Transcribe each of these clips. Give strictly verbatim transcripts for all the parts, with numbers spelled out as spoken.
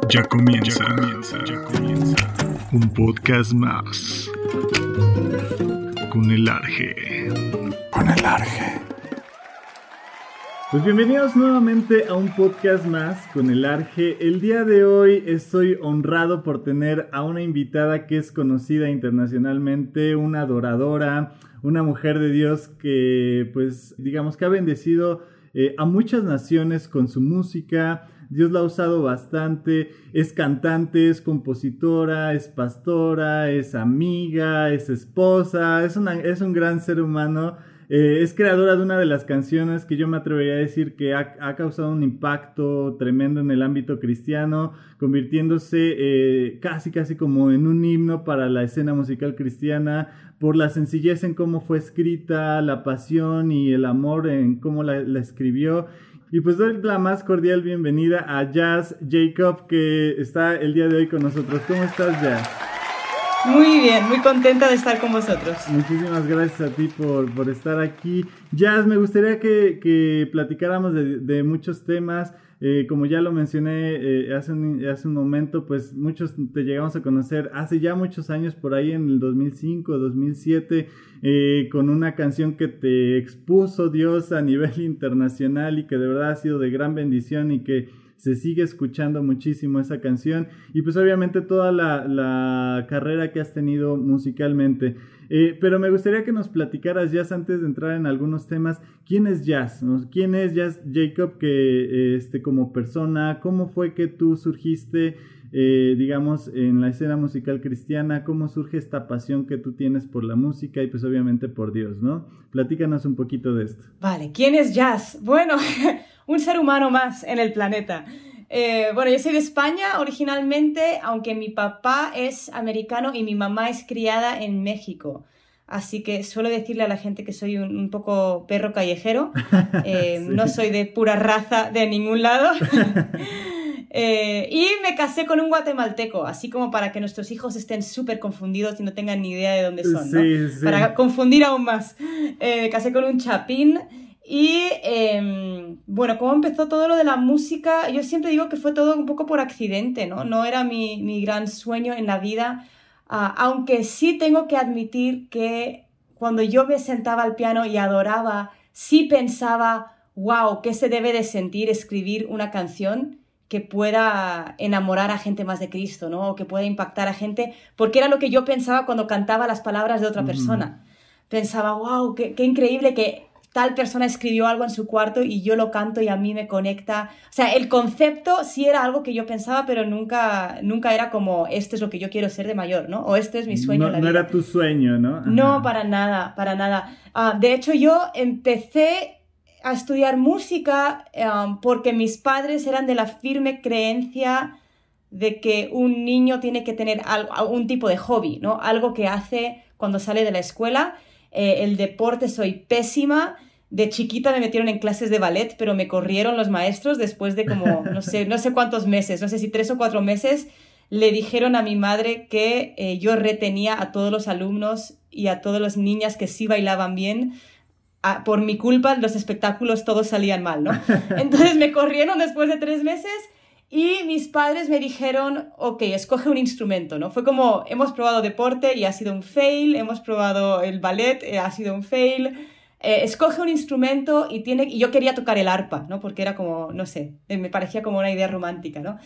Ya comienza, ya comienza, ya comienza. Un podcast más. Con el Arge. Con el Arge. Pues bienvenidos nuevamente a un podcast más con el Arge. El día de hoy estoy honrado por tener a una invitada que es conocida internacionalmente, una adoradora, una mujer de Dios que pues digamos que ha bendecido eh, a muchas naciones con su música. Dios la ha usado bastante, es cantante, es compositora, es pastora, es amiga, es esposa, es, una, es un gran ser humano. Eh, es creadora de una de las canciones que yo me atrevería a decir que ha, ha causado un impacto tremendo en el ámbito cristiano, convirtiéndose eh, casi casi como en un himno para la escena musical cristiana, por la sencillez en cómo fue escrita, la pasión y el amor en cómo la, la escribió. Y pues doy la más cordial bienvenida a Jazz Jacob, que está el día de hoy con nosotros. ¿Cómo estás, Jazz? Muy bien, muy contenta de estar con vosotros. Muchísimas gracias a ti por, por estar aquí. Jazz, me gustaría que, que platicáramos de, de muchos temas. Eh, como ya lo mencioné eh, hace, un, hace un momento, pues muchos te llegamos a conocer hace ya muchos años, por ahí en el dos mil cinco, dos mil siete, eh, con una canción que te expuso Dios a nivel internacional y que de verdad ha sido de gran bendición y que se sigue escuchando muchísimo esa canción, y pues obviamente toda la, la carrera que has tenido musicalmente. Eh, pero me gustaría que nos platicaras, Jazz, antes de entrar en algunos temas, ¿quién es Jazz? ¿No? ¿Quién es Jazz Jacob que, este, como persona? ¿Cómo fue que tú surgiste, eh, digamos, en la escena musical cristiana? ¿Cómo surge esta pasión que tú tienes por la música y pues obviamente por Dios, ¿no? Platícanos un poquito de esto. Vale, ¿quién es Jazz? Bueno, un ser humano más en el planeta. Eh, bueno, yo soy de España originalmente, aunque mi papá es americano y mi mamá es criada en México. Así que suelo decirle a la gente que soy un, un poco perro callejero. Eh, sí. No soy de pura raza de ningún lado. eh, y me casé con un guatemalteco, así como para que nuestros hijos estén súper confundidos y no tengan ni idea de dónde son, ¿no? Sí, sí. Para confundir aún más. Eh, me casé con un chapín. Y eh, bueno, ¿cómo empezó todo lo de la música? Yo siempre digo que fue todo un poco por accidente, ¿no? No era mi, mi gran sueño en la vida, uh, aunque sí tengo que admitir que cuando yo me sentaba al piano y adoraba, sí pensaba, wow, ¿qué se debe de sentir escribir una canción que pueda enamorar a gente más de Cristo, ¿no? O que pueda impactar a gente, porque era lo que yo pensaba cuando cantaba las palabras de otra persona. Mm. Pensaba, wow, qué, qué increíble que tal persona escribió algo en su cuarto y yo lo canto y a mí me conecta. O sea, el concepto sí era algo que yo pensaba, pero nunca, nunca era como, este es lo que yo quiero ser de mayor, ¿no? O este es mi sueño no, en la no vida. No era tu sueño, ¿no? Ajá. No, para nada, para nada. Uh, de hecho, yo empecé a estudiar música um, porque mis padres eran de la firme creencia de que un niño tiene que tener algo, un tipo de hobby, ¿no? Algo que hace cuando sale de la escuela. Eh, el deporte soy pésima. De chiquita me metieron en clases de ballet, pero me corrieron los maestros después de como, no sé, no sé cuántos meses, no sé si tres o cuatro meses, le dijeron a mi madre que eh, yo retenía a todos los alumnos y a todas las niñas que sí bailaban bien. A, por mi culpa, los espectáculos todos salían mal, ¿no? Entonces me corrieron después de tres meses y mis padres me dijeron, ok, escoge un instrumento, ¿no? Fue como, hemos probado deporte y ha sido un fail, hemos probado el ballet, eh, ha sido un fail. Eh, escoge un instrumento y tiene y yo quería tocar el arpa, ¿no? Porque era como, no sé, me parecía como una idea romántica, ¿no?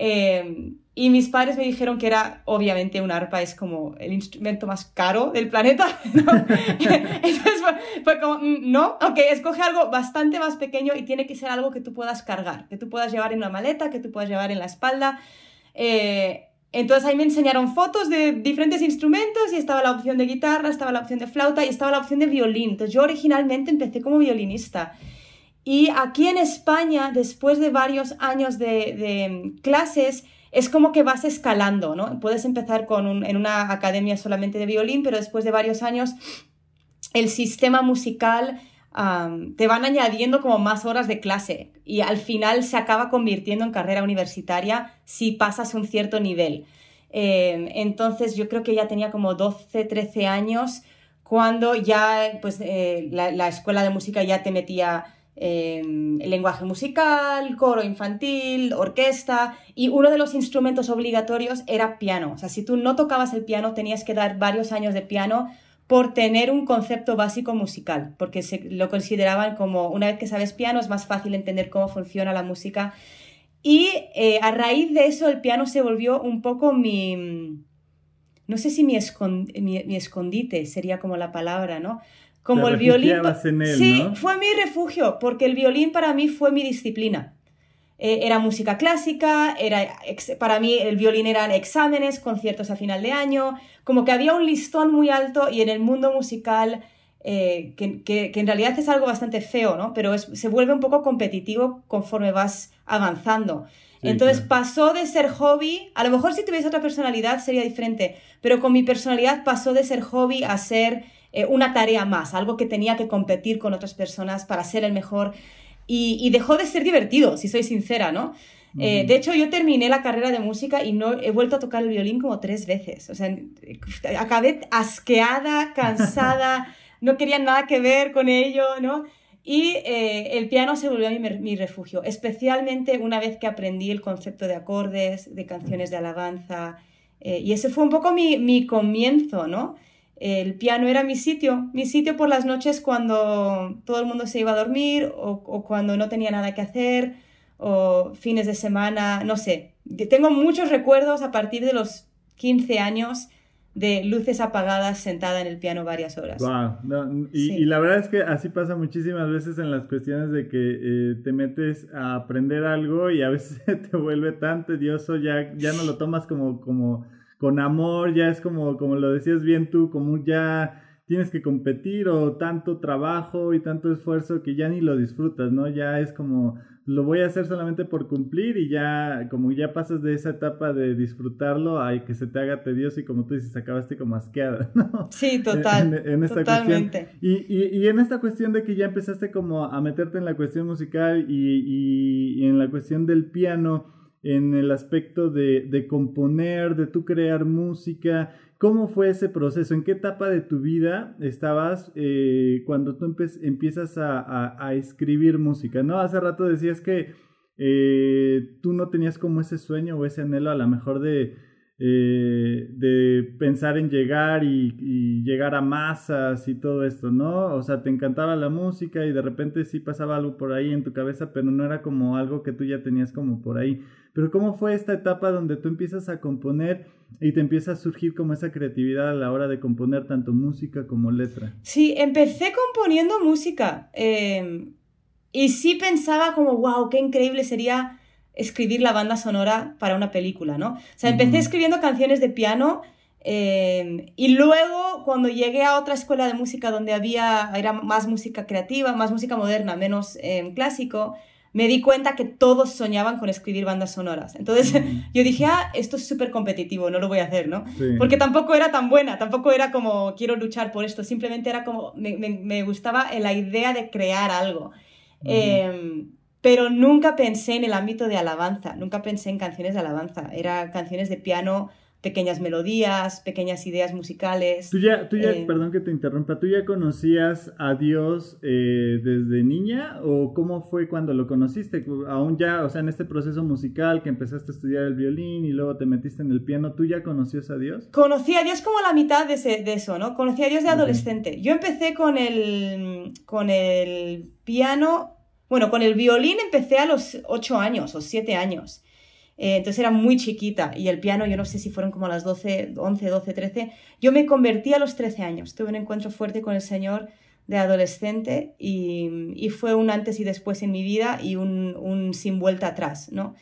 Eh, y mis padres me dijeron que era, obviamente, un arpa es como el instrumento más caro del planeta, ¿no? Entonces fue, fue como, no, ok, escoge algo bastante más pequeño y tiene que ser algo que tú puedas cargar, que tú puedas llevar en una maleta, que tú puedas llevar en la espalda. Eh, Entonces ahí me enseñaron fotos de diferentes instrumentos y estaba la opción de guitarra, estaba la opción de flauta y estaba la opción de violín. Entonces yo originalmente empecé como violinista. Y aquí en España, después de varios años de, de clases, es como que vas escalando, ¿no? Puedes empezar con un, en una academia solamente de violín, pero después de varios años el sistema musical Um, te van añadiendo como más horas de clase y al final se acaba convirtiendo en carrera universitaria si pasas un cierto nivel. Eh, entonces yo creo que ya tenía como doce, trece años cuando ya pues, eh, la, la escuela de música ya te metía eh, el lenguaje musical, coro infantil, orquesta, y uno de los instrumentos obligatorios era piano. O sea, si tú no tocabas el piano, tenías que dar varios años de piano por tener un concepto básico musical, porque se lo consideraban como, una vez que sabes piano, es más fácil entender cómo funciona la música. Y eh, a raíz de eso, el piano se volvió un poco mi... No sé si mi, escond, mi, mi escondite sería como la palabra, ¿no? Como Te el violín. En él, sí, ¿no? Fue mi refugio, porque el violín para mí fue mi disciplina. Eh, era música clásica, era ex, para mí el violín eran exámenes, conciertos a final de año, como que había un listón muy alto y en el mundo musical, eh, que, que, que en realidad es algo bastante feo, ¿no? Pero es, se vuelve un poco competitivo conforme vas avanzando. Sí, Entonces claro. pasó de ser hobby, a lo mejor si tuviese otra personalidad sería diferente, pero con mi personalidad pasó de ser hobby a ser eh, una tarea más, algo que tenía que competir con otras personas para ser el mejor y, y dejó de ser divertido, si soy sincera, ¿no? Uh-huh. Eh, de hecho, yo terminé la carrera de música y no he vuelto a tocar el violín como tres veces, o sea, acabé asqueada, cansada, no quería nada que ver con ello, ¿no? Y eh, el piano se volvió mi, mi refugio, especialmente una vez que aprendí el concepto de acordes, de canciones de alabanza, eh, y ese fue un poco mi, mi comienzo, ¿no? El piano era mi sitio, mi sitio por las noches cuando todo el mundo se iba a dormir o, o cuando no tenía nada que hacer o fines de semana, no sé. Tengo muchos recuerdos a partir de los quince años de luces apagadas sentada en el piano varias horas. Wow, no, y, sí. y la verdad es que así pasa muchísimas veces en las cuestiones de que eh, te metes a aprender algo y a veces te vuelve tan tedioso, ya, ya no lo tomas como, como con amor, ya es como, como lo decías bien tú, como ya tienes que competir o tanto trabajo y tanto esfuerzo que ya ni lo disfrutas, ¿no? Ya es como, lo voy a hacer solamente por cumplir y ya, como ya pasas de esa etapa de disfrutarlo a que se te haga tedioso y como tú dices, acabaste como asqueada, ¿no? Sí, total, en, en esta totalmente. Cuestión. Y, y, y en esta cuestión de que ya empezaste como a meterte en la cuestión musical y, y, y en la cuestión del piano, en el aspecto de, de componer, de tú crear música, ¿cómo fue ese proceso? ¿En qué etapa de tu vida estabas eh, cuando tú empe- empiezas a, a, a escribir música, ¿no? Hace rato decías que eh, tú no tenías como ese sueño o ese anhelo a lo mejor de, eh, de pensar en llegar y, y llegar a masas y todo esto, ¿no? O sea, te encantaba la música y de repente sí pasaba algo por ahí en tu cabeza, pero no era como algo que tú ya tenías como por ahí. Pero ¿cómo fue esta etapa donde tú empiezas a componer y te empieza a surgir como esa creatividad a la hora de componer tanto música como letra? Sí, empecé componiendo música eh, y sí pensaba como, wow, qué increíble sería escribir la banda sonora para una película, ¿no? O sea, empecé uh-huh. escribiendo canciones de piano eh, y luego cuando llegué a otra escuela de música donde había, era más música creativa, más música moderna, menos eh, clásico, me di cuenta que todos soñaban con escribir bandas sonoras. Entonces mm. yo dije, ah, esto es súper competitivo, no lo voy a hacer, ¿no? Sí. Porque tampoco era tan buena, tampoco era como, quiero luchar por esto, simplemente era como, me, me, me gustaba la idea de crear algo. Mm. Eh, pero nunca pensé en el ámbito de alabanza, nunca pensé en canciones de alabanza, eran canciones de piano, pequeñas melodías, pequeñas ideas musicales. Tú ya, tú ya eh, perdón que te interrumpa, ¿tú ya conocías a Dios eh, desde niña o cómo fue cuando lo conociste? Aún ya, o sea, en este proceso musical que empezaste a estudiar el violín y luego te metiste en el piano, ¿tú ya conocías a Dios? Conocí a Dios como la mitad de, ese, de eso, ¿no? Conocí a Dios de adolescente. Uh-huh. Yo empecé con el, con el piano, bueno, con el violín empecé a los ocho años o siete años. Eh, entonces era muy chiquita y el piano, yo no sé si fueron como a las doce, once, doce, trece. Yo me convertí a los trece años. Tuve un encuentro fuerte con el Señor de adolescente y, y fue un antes y después en mi vida y un, un sin vuelta atrás, ¿no?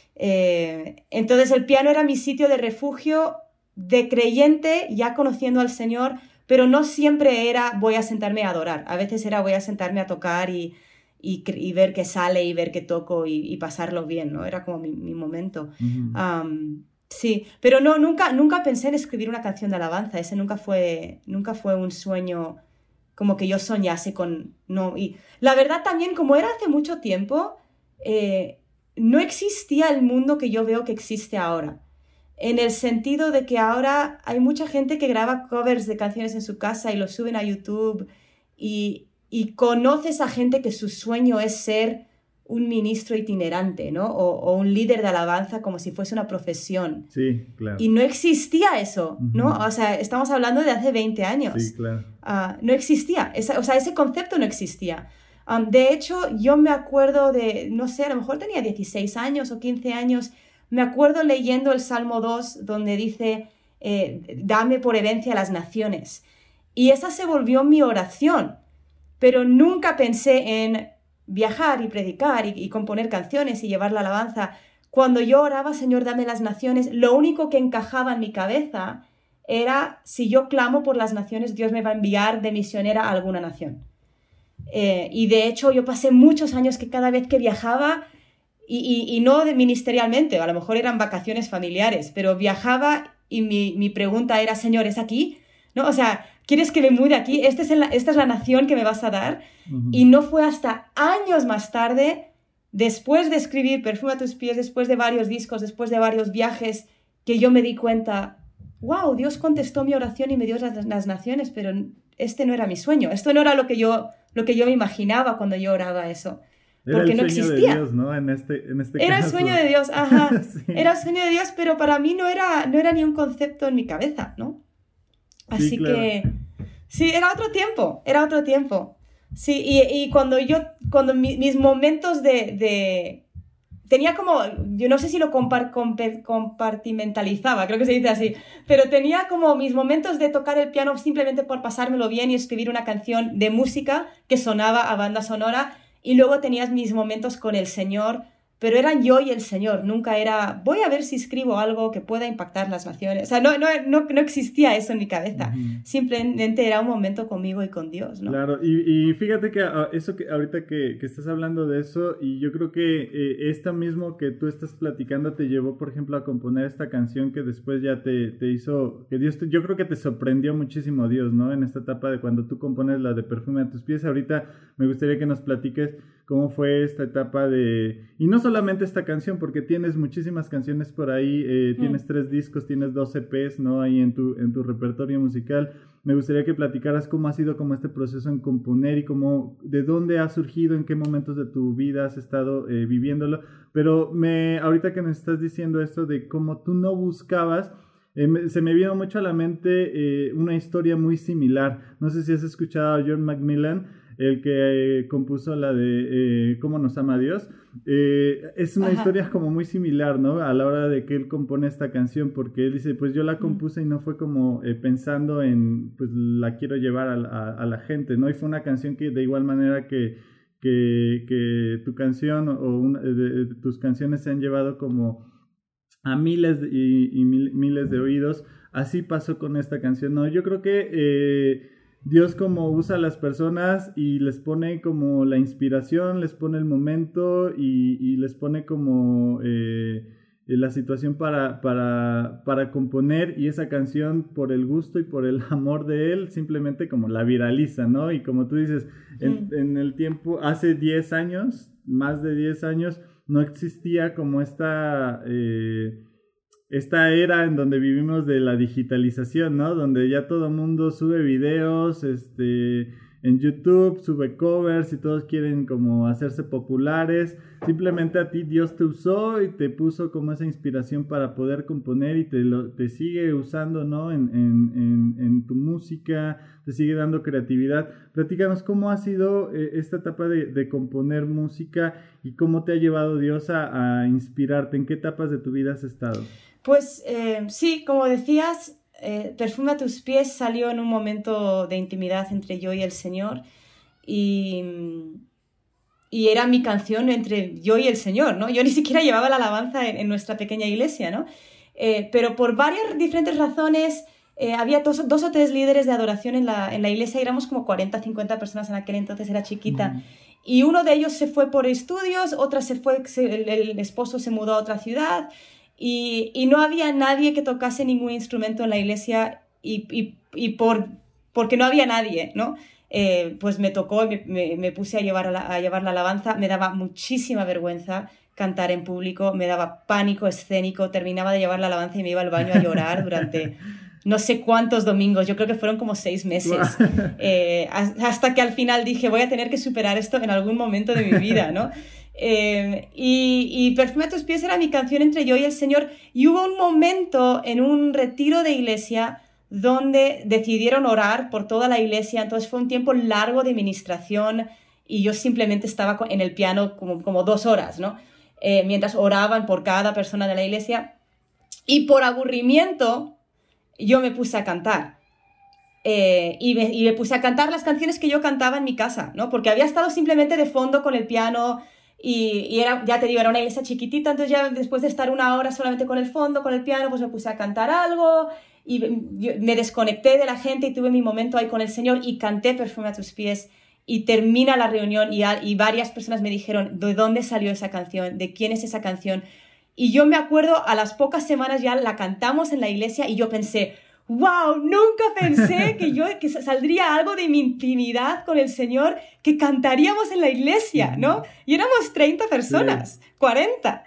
Eh, entonces el piano era mi sitio de refugio de creyente, ya conociendo al Señor, pero no siempre era voy a sentarme a adorar. A veces era voy a sentarme a tocar y Y, y ver qué sale y ver qué toco y, y pasarlo bien, ¿no? Era como mi, mi momento. Uh-huh. Um, sí, pero no, nunca, nunca pensé en escribir una canción de alabanza. Ese nunca fue, nunca fue un sueño como que yo soñase con... No, y la verdad también, como era hace mucho tiempo, eh, no existía el mundo que yo veo que existe ahora. En el sentido de que ahora hay mucha gente que graba covers de canciones en su casa y los suben a YouTube y... y conoces a gente que su sueño es ser un ministro itinerante, ¿no? O, o un líder de alabanza como si fuese una profesión. Sí, claro. Y no existía eso, ¿no? Uh-huh. O sea, estamos hablando de hace veinte años. Sí, claro. Uh, no existía, esa, o sea, ese concepto no existía. Um, de hecho, yo me acuerdo de, no sé, a lo mejor tenía dieciséis años o quince años, me acuerdo leyendo el Salmo dos, donde dice, eh, dame por herencia a las naciones. Y esa se volvió mi oración, pero nunca pensé en viajar y predicar y, y componer canciones y llevar la alabanza. Cuando yo oraba, Señor, dame las naciones, lo único que encajaba en mi cabeza era, si yo clamo por las naciones, Dios me va a enviar de misionera a alguna nación. Eh, y de hecho, yo pasé muchos años que cada vez que viajaba, y, y, y no de ministerialmente, a lo mejor eran vacaciones familiares, pero viajaba y mi, mi pregunta era, Señor, ¿es aquí? ¿No? O sea, ¿quieres que me mude aquí? ¿Este es el, ¿Esta es la nación que me vas a dar? Uh-huh. Y no fue hasta años más tarde, después de escribir Perfume a tus pies, después de varios discos, después de varios viajes, que yo me di cuenta, wow, Dios contestó mi oración y me dio las, las naciones, pero este no era mi sueño. Esto no era lo que yo, lo que yo me imaginaba cuando yo oraba eso. Era porque el no sueño existía. de Dios, ¿no? En este, en este era caso. el sueño de Dios, ajá. Sí. Era el sueño de Dios, pero para mí no era, no era ni un concepto en mi cabeza, ¿no? Así sí, claro. que, sí, era otro tiempo, era otro tiempo. Sí, y, y cuando yo, cuando mi, mis momentos de, de... Tenía como, yo no sé si lo compar, comp- compartimentalizaba, creo que se dice así, pero tenía como mis momentos de tocar el piano simplemente por pasármelo bien y escribir una canción de música que sonaba a banda sonora, y luego tenías mis momentos con el Señor, pero eran yo y el Señor, nunca era, voy a ver si escribo algo que pueda impactar las naciones. O sea, no, no, no, no existía eso en mi cabeza, uh-huh. Simplemente era un momento conmigo y con Dios, ¿no? Claro, y, y fíjate que uh, eso que ahorita que, que estás hablando de eso, y yo creo que eh, esto mismo que tú estás platicando te llevó, por ejemplo, a componer esta canción que después ya te, te hizo, que Dios, te, yo creo que te sorprendió muchísimo Dios, ¿no? En esta etapa de cuando tú compones la de Perfume a tus pies. Ahorita me gustaría que nos platiques cómo fue esta etapa de... Y no solamente esta canción, porque tienes muchísimas canciones por ahí, eh, mm. tienes tres discos, tienes dos E Pes, ¿no? Ahí en tu, en tu repertorio musical. Me gustaría que platicaras cómo ha sido como este proceso en componer y cómo, de dónde ha surgido, en qué momentos de tu vida has estado eh, viviéndolo. Pero me, ahorita que me estás diciendo esto de cómo tú no buscabas, eh, me, se me vino mucho a la mente eh, una historia muy similar. No sé si has escuchado a John Macmillan, el que eh, compuso la de eh, Cómo nos ama Dios. Eh, es una Ajá. historia como muy similar, ¿no? A la hora de que él compone esta canción, porque él dice, pues yo la compuse y no fue como eh, pensando en, pues la quiero llevar a, a, a la gente, ¿no? Y fue una canción que de igual manera que, que, que tu canción o una, de, de, tus canciones se han llevado como a miles de, y, y mil, miles de oídos. Así pasó con esta canción, ¿no? Yo creo que... Eh, Dios como usa a las personas y les pone como la inspiración, les pone el momento y, y les pone como eh, la situación para, para, para componer, y esa canción por el gusto y por el amor de él simplemente como la viraliza, ¿no? Y como tú dices, en, en el tiempo, hace diez años, más de diez años, no existía como esta... Eh, esta era en donde vivimos de la digitalización, ¿no? Donde ya todo el mundo sube videos, este, en YouTube, sube covers y todos quieren como hacerse populares. Simplemente a ti Dios te usó y te puso como esa inspiración para poder componer y te, lo, te sigue usando, ¿no? En, en, en, en tu música, te sigue dando creatividad. Platícanos cómo ha sido eh, esta etapa de, de componer música y cómo te ha llevado Dios a, a inspirarte. ¿En qué etapas de tu vida has estado? Pues eh, sí, como decías, eh, Perfume a tus pies salió en un momento de intimidad entre yo y el Señor, y, y era mi canción entre yo y el Señor, ¿no? Yo ni siquiera llevaba la alabanza en, en nuestra pequeña iglesia, ¿no? Eh, pero por varias diferentes razones eh, había dos, dos o tres líderes de adoración en la, en la iglesia, y éramos como cuarenta, cincuenta personas en aquel entonces, era chiquita. Mm. Y uno de ellos se fue por estudios, otra se fue, se, el, el esposo se mudó a otra ciudad. Y, y no había nadie que tocase ningún instrumento en la iglesia, y, y, y por, porque no había nadie, ¿no? Eh, pues me tocó, me, me, me puse a llevar, a, la, a llevar la alabanza. Me daba muchísima vergüenza cantar en público, me daba pánico escénico, terminaba de llevar la alabanza y me iba al baño a llorar durante, no sé cuántos domingos, yo creo que fueron como seis meses, eh, hasta que al final dije, voy a tener que superar esto en algún momento de mi vida, ¿no? Eh, y, y Perfume a tus pies era mi canción entre yo y el Señor, y hubo un momento en un retiro de iglesia donde decidieron orar por toda la iglesia, entonces fue un tiempo largo de ministración y yo simplemente estaba en el piano como, como dos horas, ¿no? Eh, mientras oraban por cada persona de la iglesia, y por aburrimiento yo me puse a cantar. Eh, y, me, y me puse a cantar las canciones que yo cantaba en mi casa, ¿no? Porque había estado simplemente de fondo con el piano y, y era, ya te digo, era una iglesia chiquitita, entonces ya después de estar una hora solamente con el fondo, con el piano, pues me puse a cantar algo y me desconecté de la gente y tuve mi momento ahí con el Señor y canté Perfume a tus pies. Y termina la reunión y, y varias personas me dijeron, ¿de dónde salió esa canción? ¿De quién es esa canción? Y yo me acuerdo, a las pocas semanas ya la cantamos en la iglesia y yo pensé, wow, nunca pensé que yo que saldría algo de mi intimidad con el Señor, que cantaríamos en la iglesia, ¿no? Y éramos treinta personas, sí. cuarenta.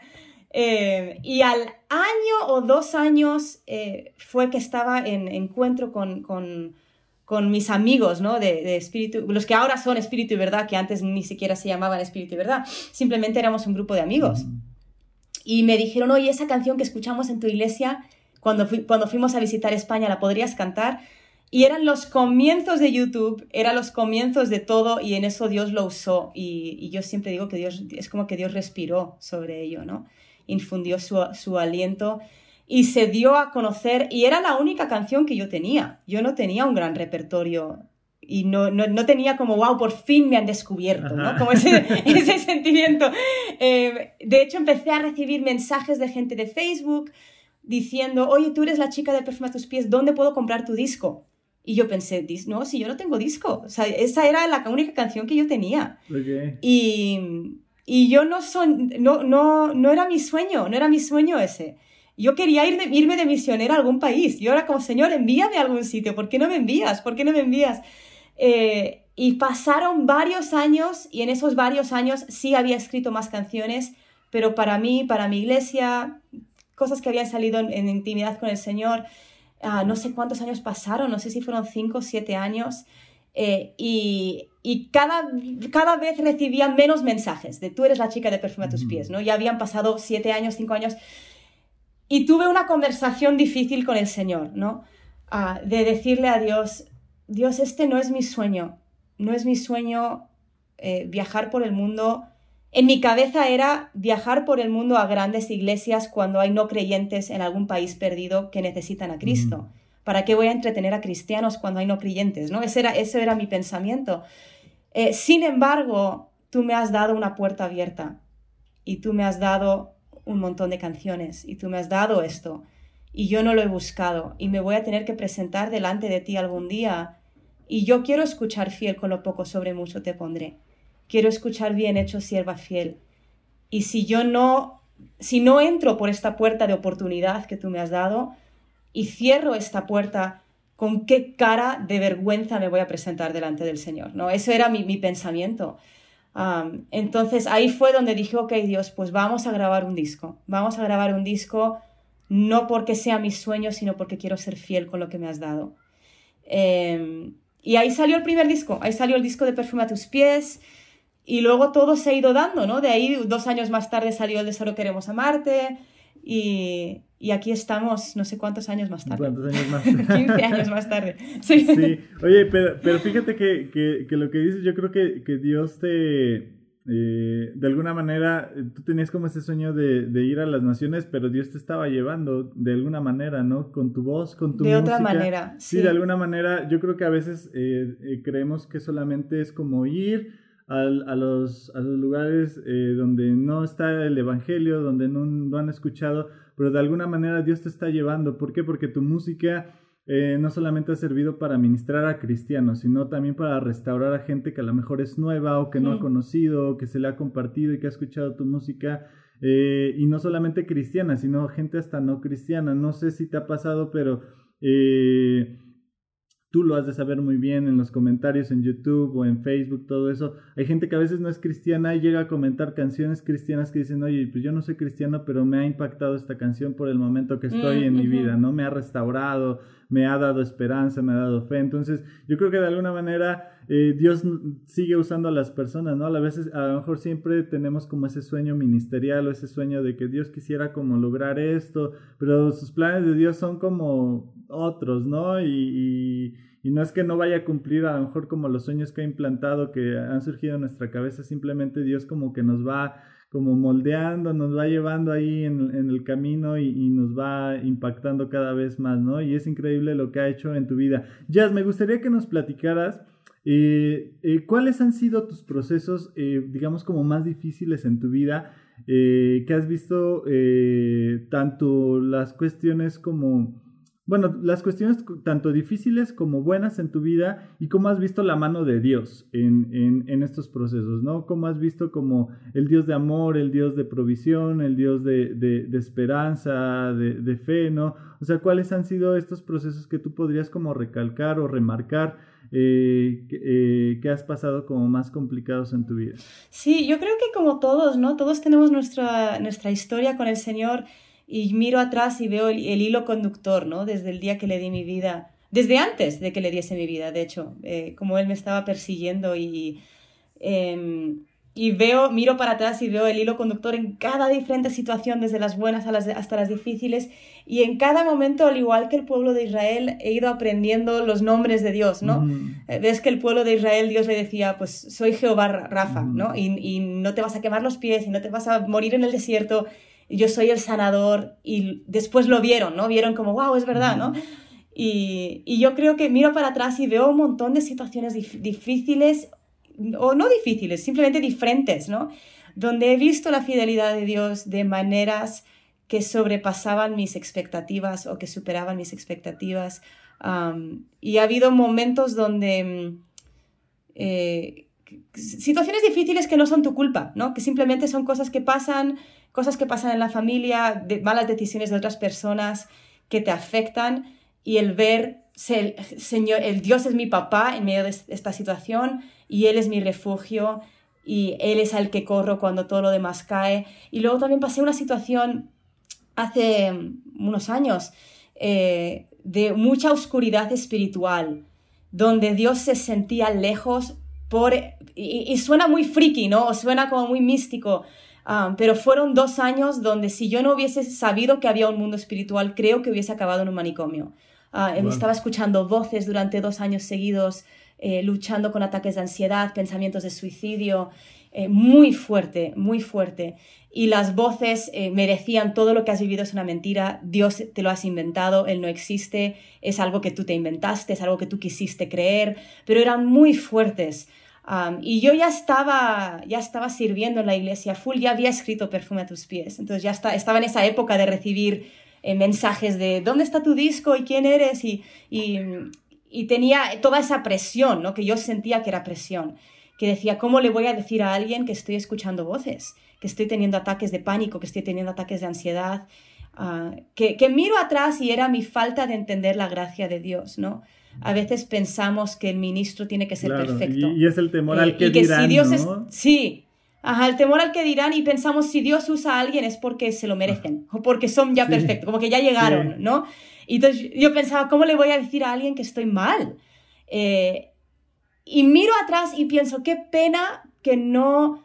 Eh, y al año o dos años eh, fue que estaba en encuentro con, con, con mis amigos, ¿no? De, de Espíritu, los que ahora son Espíritu y Verdad, que antes ni siquiera se llamaban Espíritu y Verdad, simplemente éramos un grupo de amigos. Mm. Y me dijeron, oye, esa canción que escuchamos en tu iglesia cuando, fui, cuando fuimos a visitar España, ¿la podrías cantar? Y eran los comienzos de YouTube, eran los comienzos de todo y en eso Dios lo usó. Y, y yo siempre digo que Dios, es como que Dios respiró sobre ello, ¿no? Infundió su, su aliento y se dio a conocer. Y era la única canción que yo tenía. Yo no tenía un gran repertorio y no, no, no tenía como, wow, por fin me han descubierto, ¿no? Como ese, ese sentimiento. Eh, de hecho, empecé a recibir mensajes de gente de Facebook diciendo, oye, tú eres la chica de Perfume a tus pies, ¿dónde puedo comprar tu disco? Y yo pensé, no, si yo no tengo disco. O sea, esa era la única canción que yo tenía. Okay. Y, y yo no, son, no, no, no era mi sueño, no era mi sueño ese. Yo quería ir de, irme de misionera a algún país. Yo era como, Señor, envíame a algún sitio. ¿Por qué no me envías? ¿Por qué no me envías? Eh, y pasaron varios años y en esos varios años sí había escrito más canciones, pero para mí, para mi iglesia, cosas que habían salido en, en intimidad con el Señor, uh, no sé cuántos años pasaron, no sé si fueron cinco o siete años, eh, y, y cada, cada vez recibía menos mensajes de tú eres la chica de Perfume a tus pies, ¿no? Ya habían pasado siete años, cinco años, y tuve una conversación difícil con el Señor, ¿no? Uh, de decirle a Dios, Dios, este no es mi sueño, no es mi sueño eh, viajar por el mundo. En mi cabeza era viajar por el mundo a grandes iglesias cuando hay no creyentes en algún país perdido que necesitan a Cristo. Mm. ¿Para qué voy a entretener a cristianos cuando hay no creyentes? ¿No? Ese era, ese era mi pensamiento. Eh, sin embargo, tú me has dado una puerta abierta y tú me has dado un montón de canciones y tú me has dado esto y yo no lo he buscado y me voy a tener que presentar delante de ti algún día. Y yo quiero escuchar fiel con lo poco, sobre mucho te pondré. Quiero escuchar bien hecho, sierva fiel. Y si yo no, si no entro por esta puerta de oportunidad que tú me has dado y cierro esta puerta, ¿con qué cara de vergüenza me voy a presentar delante del Señor? ¿No? Eso era mi, mi pensamiento. Um, entonces ahí fue donde dije, ok, Dios, pues vamos a grabar un disco. Vamos a grabar un disco no porque sea mi sueño, sino porque quiero ser fiel con lo que me has dado. Eh, Y ahí salió el primer disco, ahí salió el disco de Perfume a tus pies y luego todo se ha ido dando, ¿no? De ahí dos años más tarde salió el de Solo queremos amarte y, y aquí estamos no sé cuántos años más tarde. ¿Cuántos años más? quince años más tarde. Sí, sí. Oye, pero, pero fíjate que, que, que lo que dices, yo creo que, que Dios te... Eh, de alguna manera, tú tenías como ese sueño de, de ir a las naciones, pero Dios te estaba llevando de alguna manera, ¿no? Con tu voz, con tu de música. otra manera, sí. Sí, de alguna manera, yo creo que a veces eh, eh, creemos que solamente es como ir a, a, los, a los lugares eh, donde no está el evangelio, donde no, no han escuchado, pero de alguna manera Dios te está llevando. ¿Por qué? Porque tu música... Eh, no solamente ha servido para ministrar a cristianos, sino también para restaurar a gente que a lo mejor es nueva o que no mm. ha conocido, o que se le ha compartido y que ha escuchado tu música, eh, y no solamente cristiana, sino gente hasta no cristiana. No sé si te ha pasado, pero eh, tú lo has de saber muy bien en los comentarios en YouTube o en Facebook, todo eso. Hay gente que a veces no es cristiana y llega a comentar canciones cristianas que dicen, oye, pues yo no soy cristiano, pero me ha impactado esta canción por el momento que estoy mm, en uh-huh. mi vida, ¿no? Me ha restaurado, me ha dado esperanza, me ha dado fe. Entonces yo creo que de alguna manera eh, Dios sigue usando a las personas, ¿no? A veces, a lo mejor siempre tenemos como ese sueño ministerial o ese sueño de que Dios quisiera como lograr esto, pero sus planes de Dios son como otros, ¿no? Y, y, y no es que no vaya a cumplir a lo mejor como los sueños que ha implantado, que han surgido en nuestra cabeza, simplemente Dios como que nos va como moldeando, nos va llevando ahí en, en el camino y, y nos va impactando cada vez más, ¿no? Y es increíble lo que ha hecho en tu vida. Jazz, me gustaría que nos platicaras eh, eh, cuáles han sido tus procesos, eh, digamos, como más difíciles en tu vida, eh, que has visto eh, tanto las cuestiones como... Bueno, las cuestiones tanto difíciles como buenas en tu vida y cómo has visto la mano de Dios en, en, en estos procesos, ¿no? Cómo has visto como el Dios de amor, el Dios de provisión, el Dios de, de, de esperanza, de, de fe, ¿no? O sea, ¿cuáles han sido estos procesos que tú podrías como recalcar o remarcar eh, eh, que has pasado como más complicados en tu vida? Sí, yo creo que como todos, ¿no? Todos tenemos nuestra, nuestra historia con el Señor. Y miro atrás y veo el, el hilo conductor, ¿no? Desde el día que le di mi vida, desde antes de que le diese mi vida, de hecho, eh, como él me estaba persiguiendo y, eh, y veo, miro para atrás y veo el hilo conductor en cada diferente situación, desde las buenas a las, hasta las difíciles, y en cada momento, al igual que el pueblo de Israel, he ido aprendiendo los nombres de Dios, ¿no? Mm. Ves que el pueblo de Israel, Dios le decía, pues soy Jehová Rafa, mm. ¿no? Y, y no te vas a quemar los pies y no te vas a morir en el desierto. Yo soy el sanador, y después lo vieron, ¿no? Vieron como, wow, es verdad, ¿no? Y, y yo creo que miro para atrás y veo un montón de situaciones dif- difíciles, o no difíciles, simplemente diferentes, ¿no? Donde he visto la fidelidad de Dios de maneras que sobrepasaban mis expectativas o que superaban mis expectativas. Um, y ha habido momentos donde... Eh, situaciones difíciles que no son tu culpa, ¿no? Que simplemente son cosas que pasan, cosas que pasan en la familia, de malas decisiones de otras personas que te afectan, y el ver, el, Señor, el Dios es mi papá en medio de esta situación y Él es mi refugio y Él es al que corro cuando todo lo demás cae. Y luego también pasé una situación hace unos años eh, de mucha oscuridad espiritual, donde Dios se sentía lejos. Por, y, y suena muy friki, ¿no? O suena como muy místico, um, pero fueron dos años donde si yo no hubiese sabido que había un mundo espiritual, creo que hubiese acabado en un manicomio. Uh, wow. Estaba escuchando voces durante dos años seguidos, eh, luchando con ataques de ansiedad, pensamientos de suicidio, eh, muy fuerte, muy fuerte. Y las voces eh, me decían, todo lo que has vivido es una mentira, Dios te lo has inventado, Él no existe, es algo que tú te inventaste, es algo que tú quisiste creer, pero eran muy fuertes. Um, y yo ya estaba, ya estaba sirviendo en la iglesia full, ya había escrito Perfume a tus pies, entonces ya está, estaba en esa época de recibir eh, mensajes de ¿dónde está tu disco? ¿Y quién eres? Y, y, y tenía toda esa presión, ¿no? Que yo sentía que era presión, que decía, ¿cómo le voy a decir a alguien que estoy escuchando voces? Que estoy teniendo ataques de pánico, que estoy teniendo ataques de ansiedad, uh, que, que miro atrás y era mi falta de entender la gracia de Dios, ¿no? A veces pensamos que el ministro tiene que ser claro, perfecto. Y, y es el temor al que, eh, que dirán, si Dios ¿no? Es, sí, ajá, el temor al que dirán, y pensamos si Dios usa a alguien es porque se lo merecen, o porque son ya sí, perfectos, como que ya llegaron, sí. ¿no? Y entonces yo pensaba, ¿cómo le voy a decir a alguien que estoy mal? Eh, y miro atrás y pienso, qué pena que no...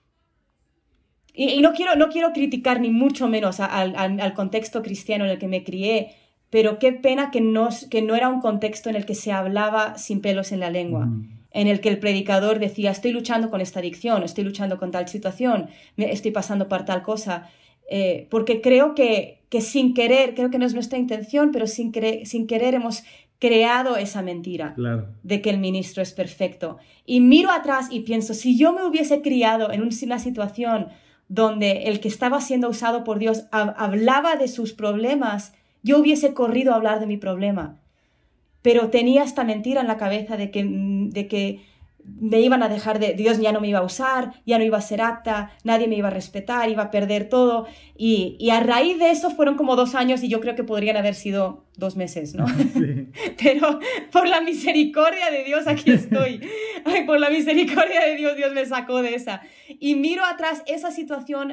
Y, y no, quiero, no quiero criticar ni mucho menos a, a, al, al contexto cristiano en el que me crié, pero qué pena que no, que no era un contexto en el que se hablaba sin pelos en la lengua, mm. en el que el predicador decía, estoy luchando con esta adicción, estoy luchando con tal situación, me estoy pasando por tal cosa, eh, porque creo que, que sin querer, creo que no es nuestra intención, pero sin, cre- sin querer hemos creado esa mentira claro. de que el ministro es perfecto. Y miro atrás y pienso, si yo me hubiese criado en una situación donde el que estaba siendo usado por Dios hab- hablaba de sus problemas, yo hubiese corrido a hablar de mi problema, pero tenía esta mentira en la cabeza de que, de que me iban a dejar de... Dios ya no me iba a usar, ya no iba a ser apta, nadie me iba a respetar, iba a perder todo. Y, y a raíz de eso fueron como dos años y yo creo que podrían haber sido dos meses, ¿no? Sí. Pero por la misericordia de Dios aquí estoy. Ay, por la misericordia de Dios, Dios me sacó de esa. Y miro atrás esa situación...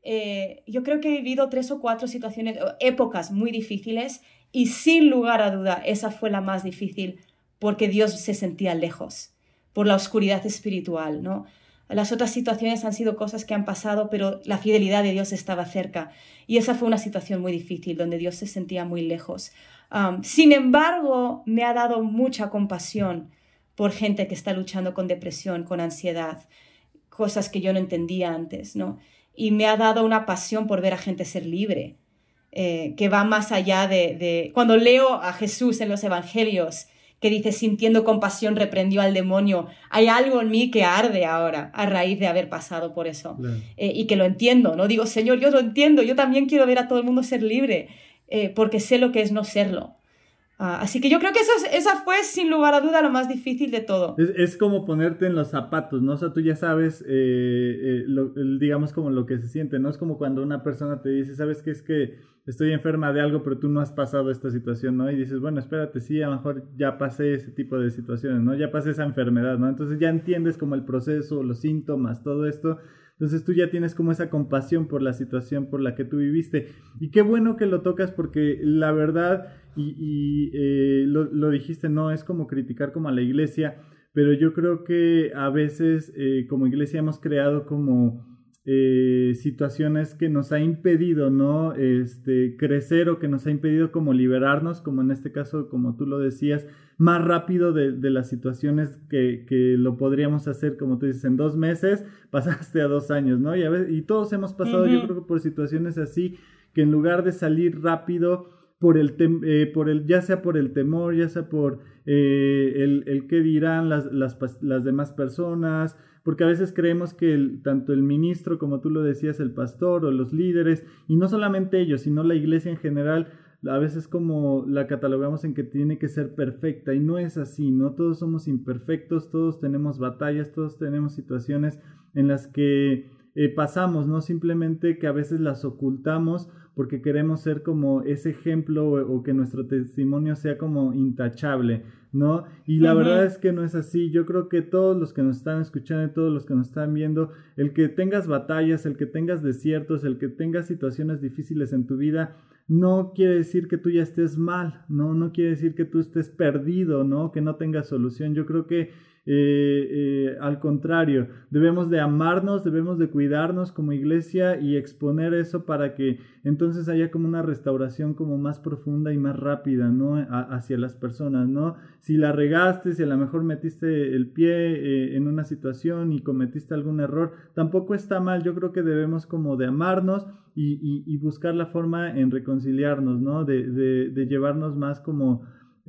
eh, yo creo que he vivido tres o cuatro situaciones, épocas muy difíciles, y sin lugar a duda esa fue la más difícil porque Dios se sentía lejos, por la oscuridad espiritual, ¿no? Las otras situaciones han sido cosas que han pasado, pero la fidelidad de Dios estaba cerca. Y esa fue una situación muy difícil, donde Dios se sentía muy lejos. Um, sin embargo, me ha dado mucha compasión por gente que está luchando con depresión, con ansiedad, cosas que yo no entendía antes, ¿no? Y me ha dado una pasión por ver a gente ser libre, eh, que va más allá de, de... Cuando leo a Jesús en los evangelios, que dice, sintiendo compasión, reprendió al demonio. Hay algo en mí que arde ahora, a raíz de haber pasado por eso. Claro. Eh, y que lo entiendo, ¿no? Digo, Señor, yo lo entiendo, yo también quiero ver a todo el mundo ser libre, eh, porque sé lo que es no serlo. Uh, así que yo creo que eso, esa fue, sin lugar a duda, lo más difícil de todo. Es, es como ponerte en los zapatos, ¿no? O sea, tú ya sabes, eh, eh, lo, digamos, como lo que se siente, ¿no? Es como cuando una persona te dice, ¿sabes qué? Es que estoy enferma de algo, pero tú no has pasado esta situación, ¿no? Y dices, bueno, espérate, sí, a lo mejor ya pasé ese tipo de situaciones, ¿no? Ya pasé esa enfermedad, ¿no? Entonces ya entiendes como el proceso, los síntomas, todo esto. Entonces tú ya tienes como esa compasión por la situación por la que tú viviste. Y qué bueno que lo tocas porque la verdad, y, y eh, lo, lo dijiste, no es como criticar como a la iglesia, pero yo creo que a veces eh, como iglesia hemos creado como eh, situaciones que nos ha impedido, ¿no? Este, crecer, o que nos ha impedido como liberarnos, como en este caso, como tú lo decías, más rápido de, de las situaciones que, que lo podríamos hacer, como tú dices, en dos meses, pasaste a dos años, ¿no? Y, a veces, y todos hemos pasado, uh-huh. yo creo que por situaciones así, que en lugar de salir rápido, por el, tem- eh, por el ya sea por el temor, ya sea por eh, el, el qué dirán las, las, las demás personas, porque a veces creemos que el, tanto el ministro, como tú lo decías, el pastor o los líderes, y no solamente ellos, sino la iglesia en general, a veces como la catalogamos en que tiene que ser perfecta, y no es así, ¿no? Todos somos imperfectos, todos tenemos batallas, todos tenemos situaciones en las que eh, pasamos, ¿no? Simplemente que a veces las ocultamos porque queremos ser como ese ejemplo, o, o que nuestro testimonio sea como intachable, ¿no? Y la uh-huh. verdad es que no es así. Yo creo que todos los que nos están escuchando y todos los que nos están viendo, el que tengas batallas, el que tengas desiertos, el que tengas situaciones difíciles en tu vida, no quiere decir que tú ya estés mal, ¿no? No quiere decir que tú estés perdido, ¿no? Que no tengas solución. Yo creo que Eh, eh, al contrario, debemos de amarnos, debemos de cuidarnos como iglesia y exponer eso para que entonces haya como una restauración como más profunda y más rápida, ¿no? A, hacia las personas, ¿no? Si la regaste, si a lo mejor metiste el pie eh, en una situación y cometiste algún error, tampoco está mal. Yo creo que debemos como de amarnos y, y, y buscar la forma en reconciliarnos, ¿no? De, de, de llevarnos más como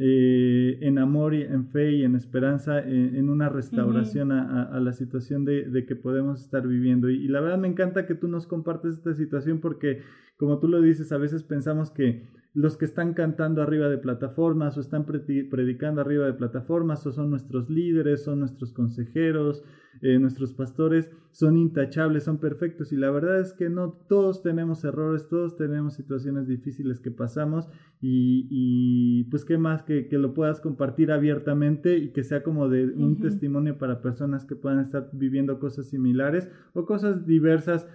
Eh, en amor y en fe y en esperanza, en, en una restauración uh-huh. a, a, a la situación de, de que podemos estar viviendo. Y, y la verdad me encanta que tú nos compartes esta situación, porque como tú lo dices, a veces pensamos que los que están cantando arriba de plataformas o están pre- predicando arriba de plataformas o son nuestros líderes, son nuestros consejeros, eh, nuestros pastores, son intachables, son perfectos, y la verdad es que no, todos tenemos errores, todos tenemos situaciones difíciles que pasamos, y, y pues qué más que, que lo puedas compartir abiertamente y que sea como de un uh-huh. testimonio para personas que puedan estar viviendo cosas similares o cosas diversas,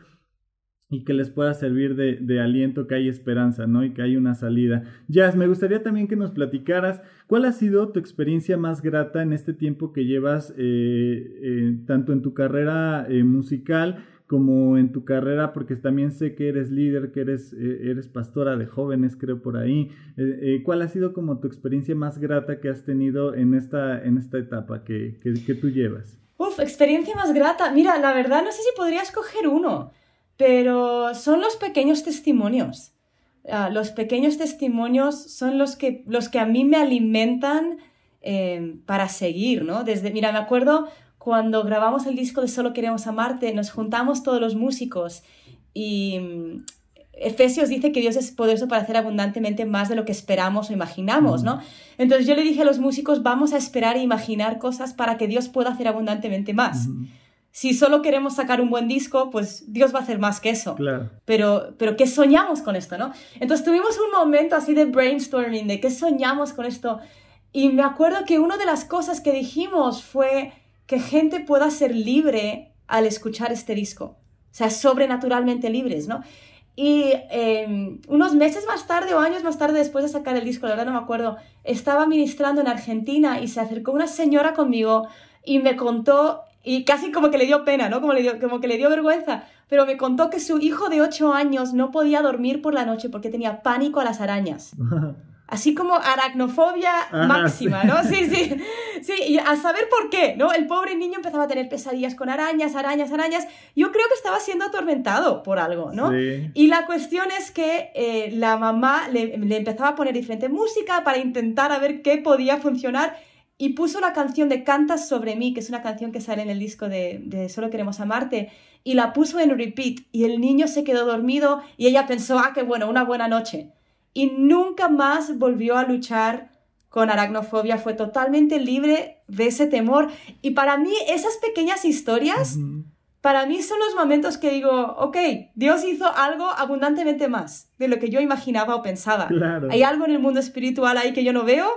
y que les pueda servir de, de aliento, que hay esperanza, ¿no? Y que hay una salida. Jazz, me gustaría también que nos platicaras cuál ha sido tu experiencia más grata en este tiempo que llevas, eh, eh, tanto en tu carrera eh, musical como en tu carrera, porque también sé que eres líder, que eres, eh, eres pastora de jóvenes, creo, por ahí. Eh, eh, ¿Cuál ha sido como tu experiencia más grata que has tenido en esta, en esta etapa que, que, que tú llevas? Uf, experiencia más grata. Mira, la verdad no sé si podría escoger uno, pero son los pequeños testimonios. Uh, los pequeños testimonios son los que, los que a mí me alimentan eh, para seguir, ¿no? Desde, mira, me acuerdo cuando grabamos el disco de Solo Queremos Amarte, nos juntamos todos los músicos y um, Efesios dice que Dios es poderoso para hacer abundantemente más de lo que esperamos o imaginamos, ¿no? Entonces yo le dije a los músicos, vamos a esperar e imaginar cosas para que Dios pueda hacer abundantemente más. Uh-huh. Si solo queremos sacar un buen disco, pues Dios va a hacer más que eso. Claro. Pero, pero ¿qué soñamos con esto, no? Entonces tuvimos un momento así de brainstorming, de qué soñamos con esto. Y me acuerdo que una de las cosas que dijimos fue que gente pueda ser libre al escuchar este disco. sea, sobrenaturalmente libres, ¿no? Y eh, unos meses más tarde o años más tarde, después de sacar el disco, la verdad no me acuerdo, estaba ministrando en Argentina y se acercó una señora conmigo y me contó, y casi como que le dio pena, ¿no? Como, le dio, como que le dio vergüenza, pero me contó que su hijo de ocho años no podía dormir por la noche porque tenía pánico a las arañas. Así como aracnofobia Ajá, máxima, sí. ¿no? Sí, sí, sí, y a saber por qué, ¿no? El pobre niño empezaba a tener pesadillas con arañas, arañas, arañas. Yo creo que estaba siendo atormentado por algo, ¿no? Sí. Y la cuestión es que eh, la mamá le, le empezaba a poner diferente música para intentar a ver qué podía funcionar y puso la canción de Cantas sobre mí, que es una canción que sale en el disco de, de Solo queremos amarte, y la puso en repeat y el niño se quedó dormido y ella pensó, ah, qué bueno, una buena noche. Y nunca más volvió a luchar con aracnofobia, fue totalmente libre de ese temor. Y para mí esas pequeñas historias, uh-huh. para mí son los momentos que digo, ok, Dios hizo algo abundantemente más de lo que yo imaginaba o pensaba. Claro. Hay algo en el mundo espiritual ahí que yo no veo,